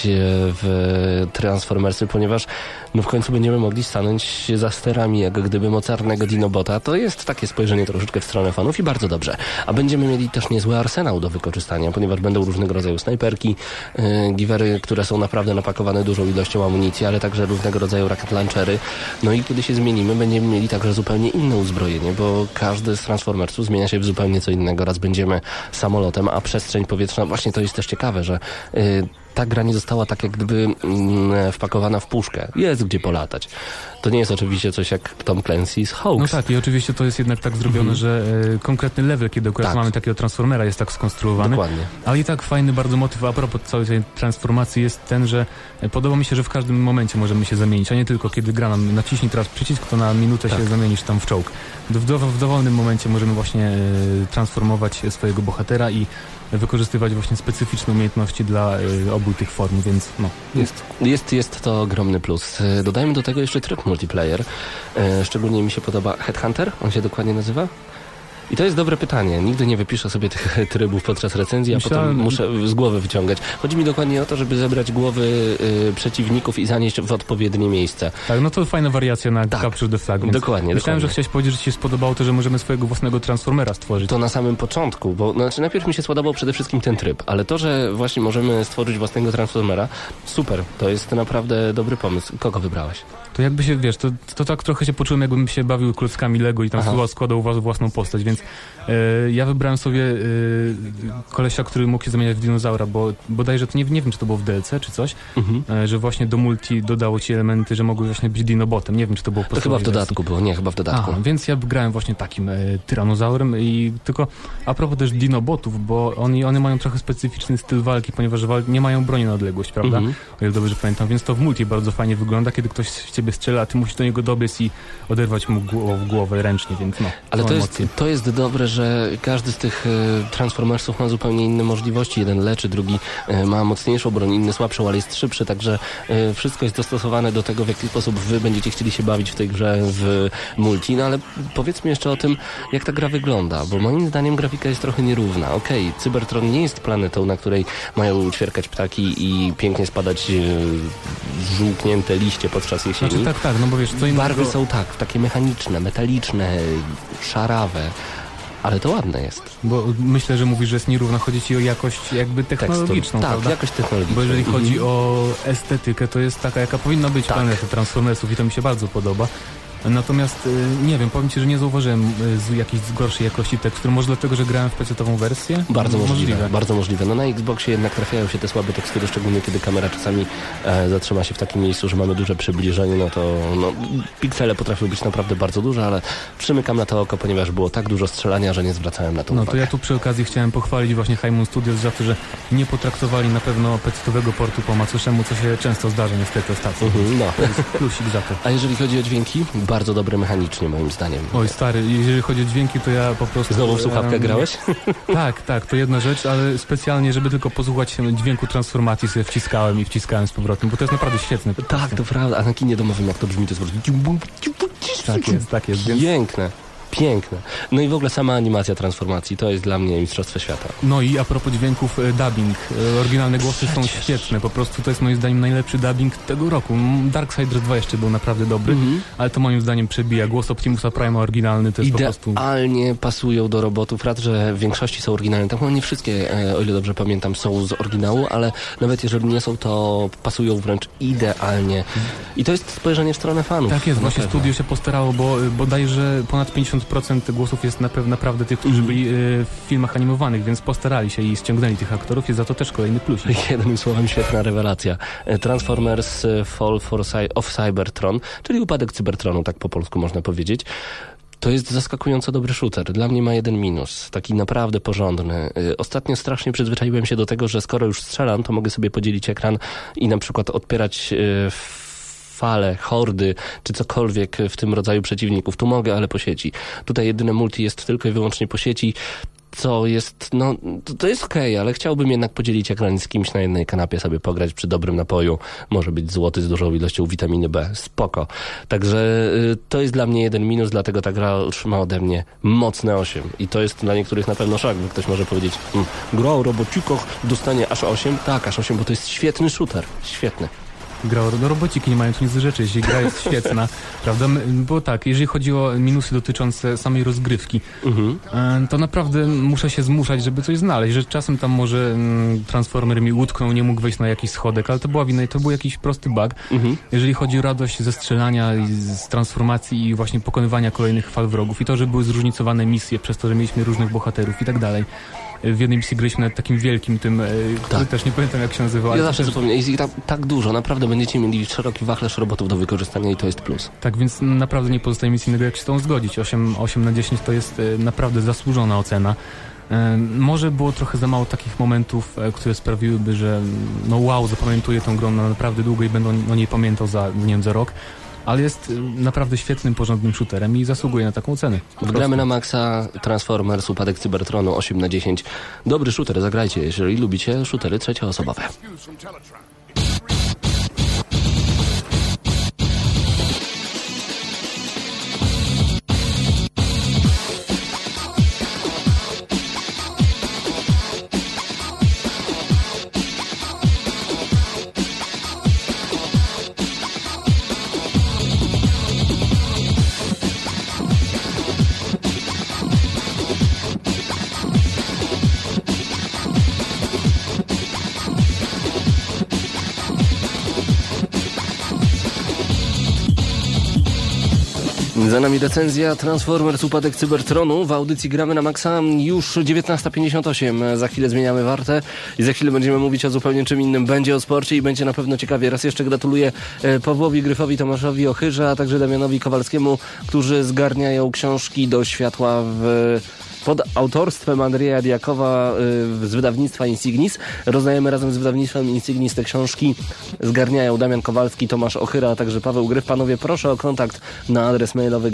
w Transformersy, ponieważ w końcu będziemy mogli stanąć za sterami jak gdyby mocarnego Dinobota. To jest takie spojrzenie troszeczkę w stronę fanów i bardzo dobrze. A będziemy mieli też niezły arsenał do wykorzystania, ponieważ będą różnego rodzaju snajperki, giwery, które są naprawdę napakowane dużą ilością amunicji, ale także różnego rodzaju rocket launchery. No i kiedy się zmienimy, będziemy mieli także zupełnie inne uzbrojenie, bo każdy z Transformersów zmienia się w zupełnie co innego. Raz będziemy samolotem, a przestrzeń powietrzna, właśnie to jest też ciekawe, że ta gra nie została tak jak gdyby wpakowana w puszkę. Jest gdzie polatać. To nie jest oczywiście coś jak Tom Clancy's Hoax. No tak, i oczywiście to jest jednak tak zrobione, że konkretny level, kiedy akurat mamy takiego Transformera, jest tak skonstruowany. Dokładnie. Ale i tak fajny bardzo motyw a propos całej tej transformacji jest ten, że podoba mi się, że w każdym momencie możemy się zamienić, a nie tylko kiedy gra nam naciśnij teraz przycisk, to na minutę się zamienisz tam w czołg. W dowolnym momencie możemy właśnie transformować swojego bohatera i wykorzystywać właśnie specyficzne umiejętności dla obu tych form, więc no. Jest to ogromny plus. Dodajmy do tego jeszcze tryb multiplayer. Szczególnie mi się podoba Headhunter, on się dokładnie nazywa? I to jest dobre pytanie. Nigdy nie wypiszę sobie tych trybów podczas recenzji, a potem muszę z głowy wyciągać. Chodzi mi dokładnie o to, żeby zebrać głowy przeciwników i zanieść w odpowiednie miejsce. Tak, no to fajna wariacja na Capture the Flag. Dokładnie. Myślałem, że chciałeś powiedzieć, że ci się spodobało to, że możemy swojego własnego Transformera stworzyć. To na samym początku, bo najpierw mi się spodobał przede wszystkim ten tryb, ale to, że właśnie możemy stworzyć własnego Transformera, super. To jest naprawdę dobry pomysł. Kogo wybrałeś? To jakby się, wiesz, to tak trochę się poczułem, jakbym się bawił klockami Lego i tam składał własną postać, więc ja wybrałem sobie kolesia, który mógł się zamieniać w dinozaura, bo bodajże to nie wiem, czy to było w DLC czy coś, że właśnie do multi dodało ci elementy, że mogły właśnie być dinobotem. Nie wiem, czy to było to chyba w dodatku było, chyba w dodatku. Więc ja grałem właśnie takim tyranozaurem i tylko a propos też dinobotów, bo one mają trochę specyficzny styl walki, ponieważ nie mają broni na odległość, prawda? O ile dobrze pamiętam, więc to w multi bardzo fajnie wygląda, kiedy ktoś w ciebie strzela, a ty musisz do niego dobiec i oderwać mu głowę ręcznie, więc no. Ale to jest jest dobre, że każdy z tych Transformersów ma zupełnie inne możliwości. Jeden leczy, drugi ma mocniejszą broń, inny słabszą, ale jest szybszy, także wszystko jest dostosowane do tego, w jaki sposób wy będziecie chcieli się bawić w tej grze w multi. No ale powiedzmy jeszcze o tym, jak ta gra wygląda, bo moim zdaniem grafika jest trochę nierówna. Okej, Cybertron nie jest planetą, na której mają ćwierkać ptaki i pięknie spadać żółknięte liście podczas jesieni. Znaczy, tak, no bo wiesz, co innego... Barwy są takie mechaniczne, metaliczne, szarawe. Ale to ładne jest. Bo myślę, że mówisz, że jest nierówna. Chodzi ci o jakość jakby technologiczną, tak, prawda? jakość technologiczną. Bo jeżeli chodzi o estetykę, to jest taka, jaka powinna być planeta Transformersów i to mi się bardzo podoba. Natomiast, nie wiem, powiem ci, że nie zauważyłem jakiejś gorszej jakości tekstur. Może dlatego, że grałem w PC-tową wersję? Bardzo możliwe. Bardzo możliwe. No na Xboxie jednak trafiają się te słabe tekstury, szczególnie kiedy kamera czasami zatrzyma się w takim miejscu, że mamy duże przybliżenie, no to piksele potrafią być naprawdę bardzo duże, ale przymykam na to oko, ponieważ było tak dużo strzelania, że nie zwracałem na to uwagi. No to ja tu przy okazji chciałem pochwalić właśnie High Moon Studios za to, że nie potraktowali na pewno PC-owego portu po macoszemu, co się często zdarza niestety ostatnio. No. To jest plusik za to. A jeżeli chodzi o dźwięki? Bardzo dobre mechanicznie, moim zdaniem. Oj stary, jeżeli chodzi o dźwięki, to ja po prostu... Znowu w słuchawkę grałeś? Tak, to jedna rzecz, ale specjalnie, żeby tylko posłuchać się dźwięku transformacji, sobie wciskałem z powrotem, bo to jest naprawdę świetne. Tak, to prawda, a na kinie domowym jak to brzmi, to jest po prostu... Tak jest. Więc... Piękne. No i w ogóle sama animacja transformacji, to jest dla mnie mistrzostwo świata. No i a propos dźwięków, dubbing. Oryginalne głosy są świetne. Po prostu to jest moim zdaniem najlepszy dubbing tego roku. Darksiders 2 jeszcze był naprawdę dobry, ale to moim zdaniem przebija. Głos Optimusa Prime'a oryginalny to jest po prostu... Idealnie pasują do robotów. Rad, że w większości są oryginalne. Tak, nie wszystkie, o ile dobrze pamiętam, są z oryginału, ale nawet jeżeli nie są, to pasują wręcz idealnie. I to jest spojrzenie w stronę fanów. Tak jest, właśnie studio się postarało, bo bodajże ponad 50% głosów jest naprawdę tych, którzy byli w filmach animowanych, więc postarali się i ściągnęli tych aktorów i za to też kolejny plusik. Jednym słowem świetna rewelacja. Transformers Fall of Cybertron, czyli upadek Cybertronu, tak po polsku można powiedzieć. To jest zaskakująco dobry shooter. Dla mnie ma jeden minus, taki naprawdę porządny. Ostatnio strasznie przyzwyczaiłem się do tego, że skoro już strzelam, to mogę sobie podzielić ekran i na przykład odpierać fale, hordy, czy cokolwiek w tym rodzaju przeciwników. Tu mogę, ale po sieci. Tutaj jedyne multi jest tylko i wyłącznie po sieci, co jest, to jest okej, ale chciałbym jednak podzielić ekran z kimś na jednej kanapie, sobie pograć przy dobrym napoju. Może być złoty z dużą ilością witaminy B. Spoko. Także to jest dla mnie jeden minus, dlatego ta gra otrzyma ode mnie mocne 8. I to jest dla niektórych na pewno szok, bo ktoś może powiedzieć, gra o robocikach dostanie aż 8? Tak, aż 8, bo to jest świetny shooter. Świetny. Robociki nie mają tu nic do rzeczy, jeśli gra jest świetna, prawda? Bo tak, jeżeli chodzi o minusy dotyczące samej rozgrywki, to naprawdę muszę się zmuszać, żeby coś znaleźć, że czasem tam może Transformer mi utknął, nie mógł wejść na jakiś schodek, ale to była wina i to był jakiś prosty bug. Jeżeli chodzi o radość ze strzelania, z transformacji i właśnie pokonywania kolejnych fal wrogów i to, że były zróżnicowane misje przez to, że mieliśmy różnych bohaterów i tak dalej. W jednej misji graliśmy nad takim wielkim tym, który też nie pamiętam jak się nazywał. Ja zawsze zapomnę, jest ich tak dużo, naprawdę będziecie mieli szeroki wachlarz robotów do wykorzystania i to jest plus. Tak, więc naprawdę nie pozostaje nic innego jak się z tą zgodzić. 8 na 10 to jest naprawdę zasłużona ocena. Może było trochę za mało takich momentów, które sprawiłyby, że zapamiętuję tą grę na naprawdę długo i będę o niej pamiętał za rok. Ale jest naprawdę świetnym, porządnym shooterem i zasługuje na taką cenę. Gramy na maksa, Transformers, upadek Cybertronu, 8 na 10. Dobry shooter, zagrajcie, jeżeli lubicie shootery trzecioosobowe. Za nami recenzja Transformers Upadek Cybertronu. W audycji Gramy na Maxa już 19:58. Za chwilę zmieniamy wartę i za chwilę będziemy mówić o zupełnie czym innym. Będzie o sporcie i będzie na pewno ciekawie. Raz jeszcze gratuluję Pawłowi Gryfowi, Tomaszowi Ochyrze, a także Damianowi Kowalskiemu, którzy zgarniają książki do światła w pod autorstwem Andrzeja Diakowa z wydawnictwa Insignis. Rozdajemy razem z wydawnictwem Insignis te książki. Zgarniają Damian Kowalski, Tomasz Ochyra, a także Paweł Gryf. Panowie, proszę o kontakt na adres mailowy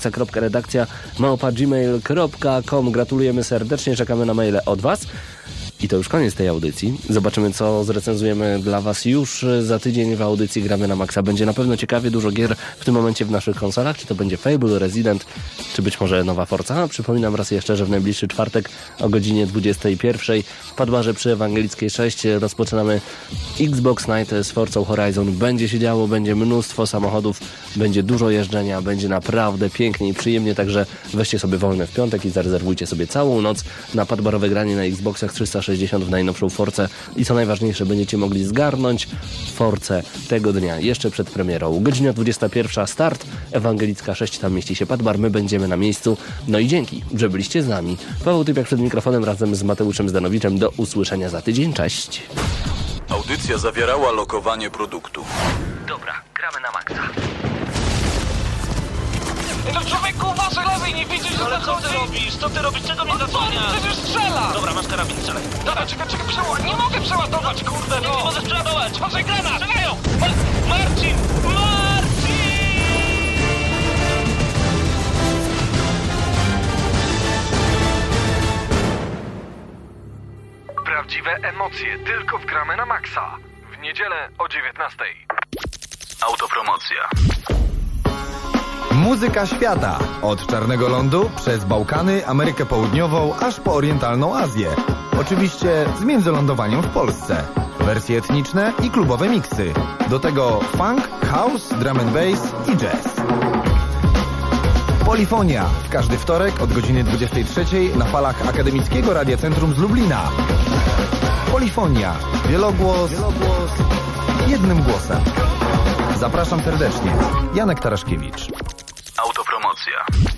gramy-na-maxa.redakcja@gmail.com. Gratulujemy serdecznie, czekamy na maile od Was. I to już koniec tej audycji. Zobaczymy, co zrecenzujemy dla Was już za tydzień w audycji Gramy na Maxa. Będzie na pewno ciekawie, dużo gier w tym momencie w naszych konsolach. Czy to będzie Fable, Resident, czy być może nowa Forza. Przypominam raz jeszcze, że w najbliższy czwartek o godzinie 21 w Padbarze przy Ewangelickiej 6 rozpoczynamy Xbox Night z Forzą Horizon. Będzie się działo, będzie mnóstwo samochodów, będzie dużo jeżdżenia, będzie naprawdę pięknie i przyjemnie, także weźcie sobie wolne w piątek i zarezerwujcie sobie całą noc na padbarowe granie na Xboxach 360 w najnowszą Forzę i co najważniejsze, będziecie mogli zgarnąć Forzę tego dnia, jeszcze przed premierą. Godzina 21, start, Ewangelicka 6, tam mieści się Padbar, my będziemy na miejscu. No i dzięki, że byliście z nami. Paweł Typiak przed mikrofonem razem z Mateuszem Zdanowiczem. Do usłyszenia za tydzień, cześć. Audycja zawierała lokowanie produktu. Dobra, gramy na maksa. No człowieku, uważaj, lewej, nie widzisz, że ale co ty robisz? Co ty robisz? Czego mnie zasłaniasz? Przecież strzela! Dobra, masz karabin, strzelaj. Dobra, czekaj, nie mogę przeładować, kurde, no! Nie możesz przeładować! Uważaj, granat! Strzelają! Marcin! Prawdziwe emocje tylko w Gramy na Maxa. W niedzielę o 19:00. Autopromocja. Muzyka świata. Od Czarnego Lądu, przez Bałkany, Amerykę Południową, aż po orientalną Azję. Oczywiście z międzylądowaniem w Polsce. Wersje etniczne i klubowe miksy. Do tego funk, house, drum and bass i jazz. Polifonia. W każdy wtorek od godziny 23:00 na falach Akademickiego Radia Centrum z Lublina. Polifonia. Wielogłos jednym głosem. Zapraszam serdecznie. Janek Taraszkiewicz. Autopromocja.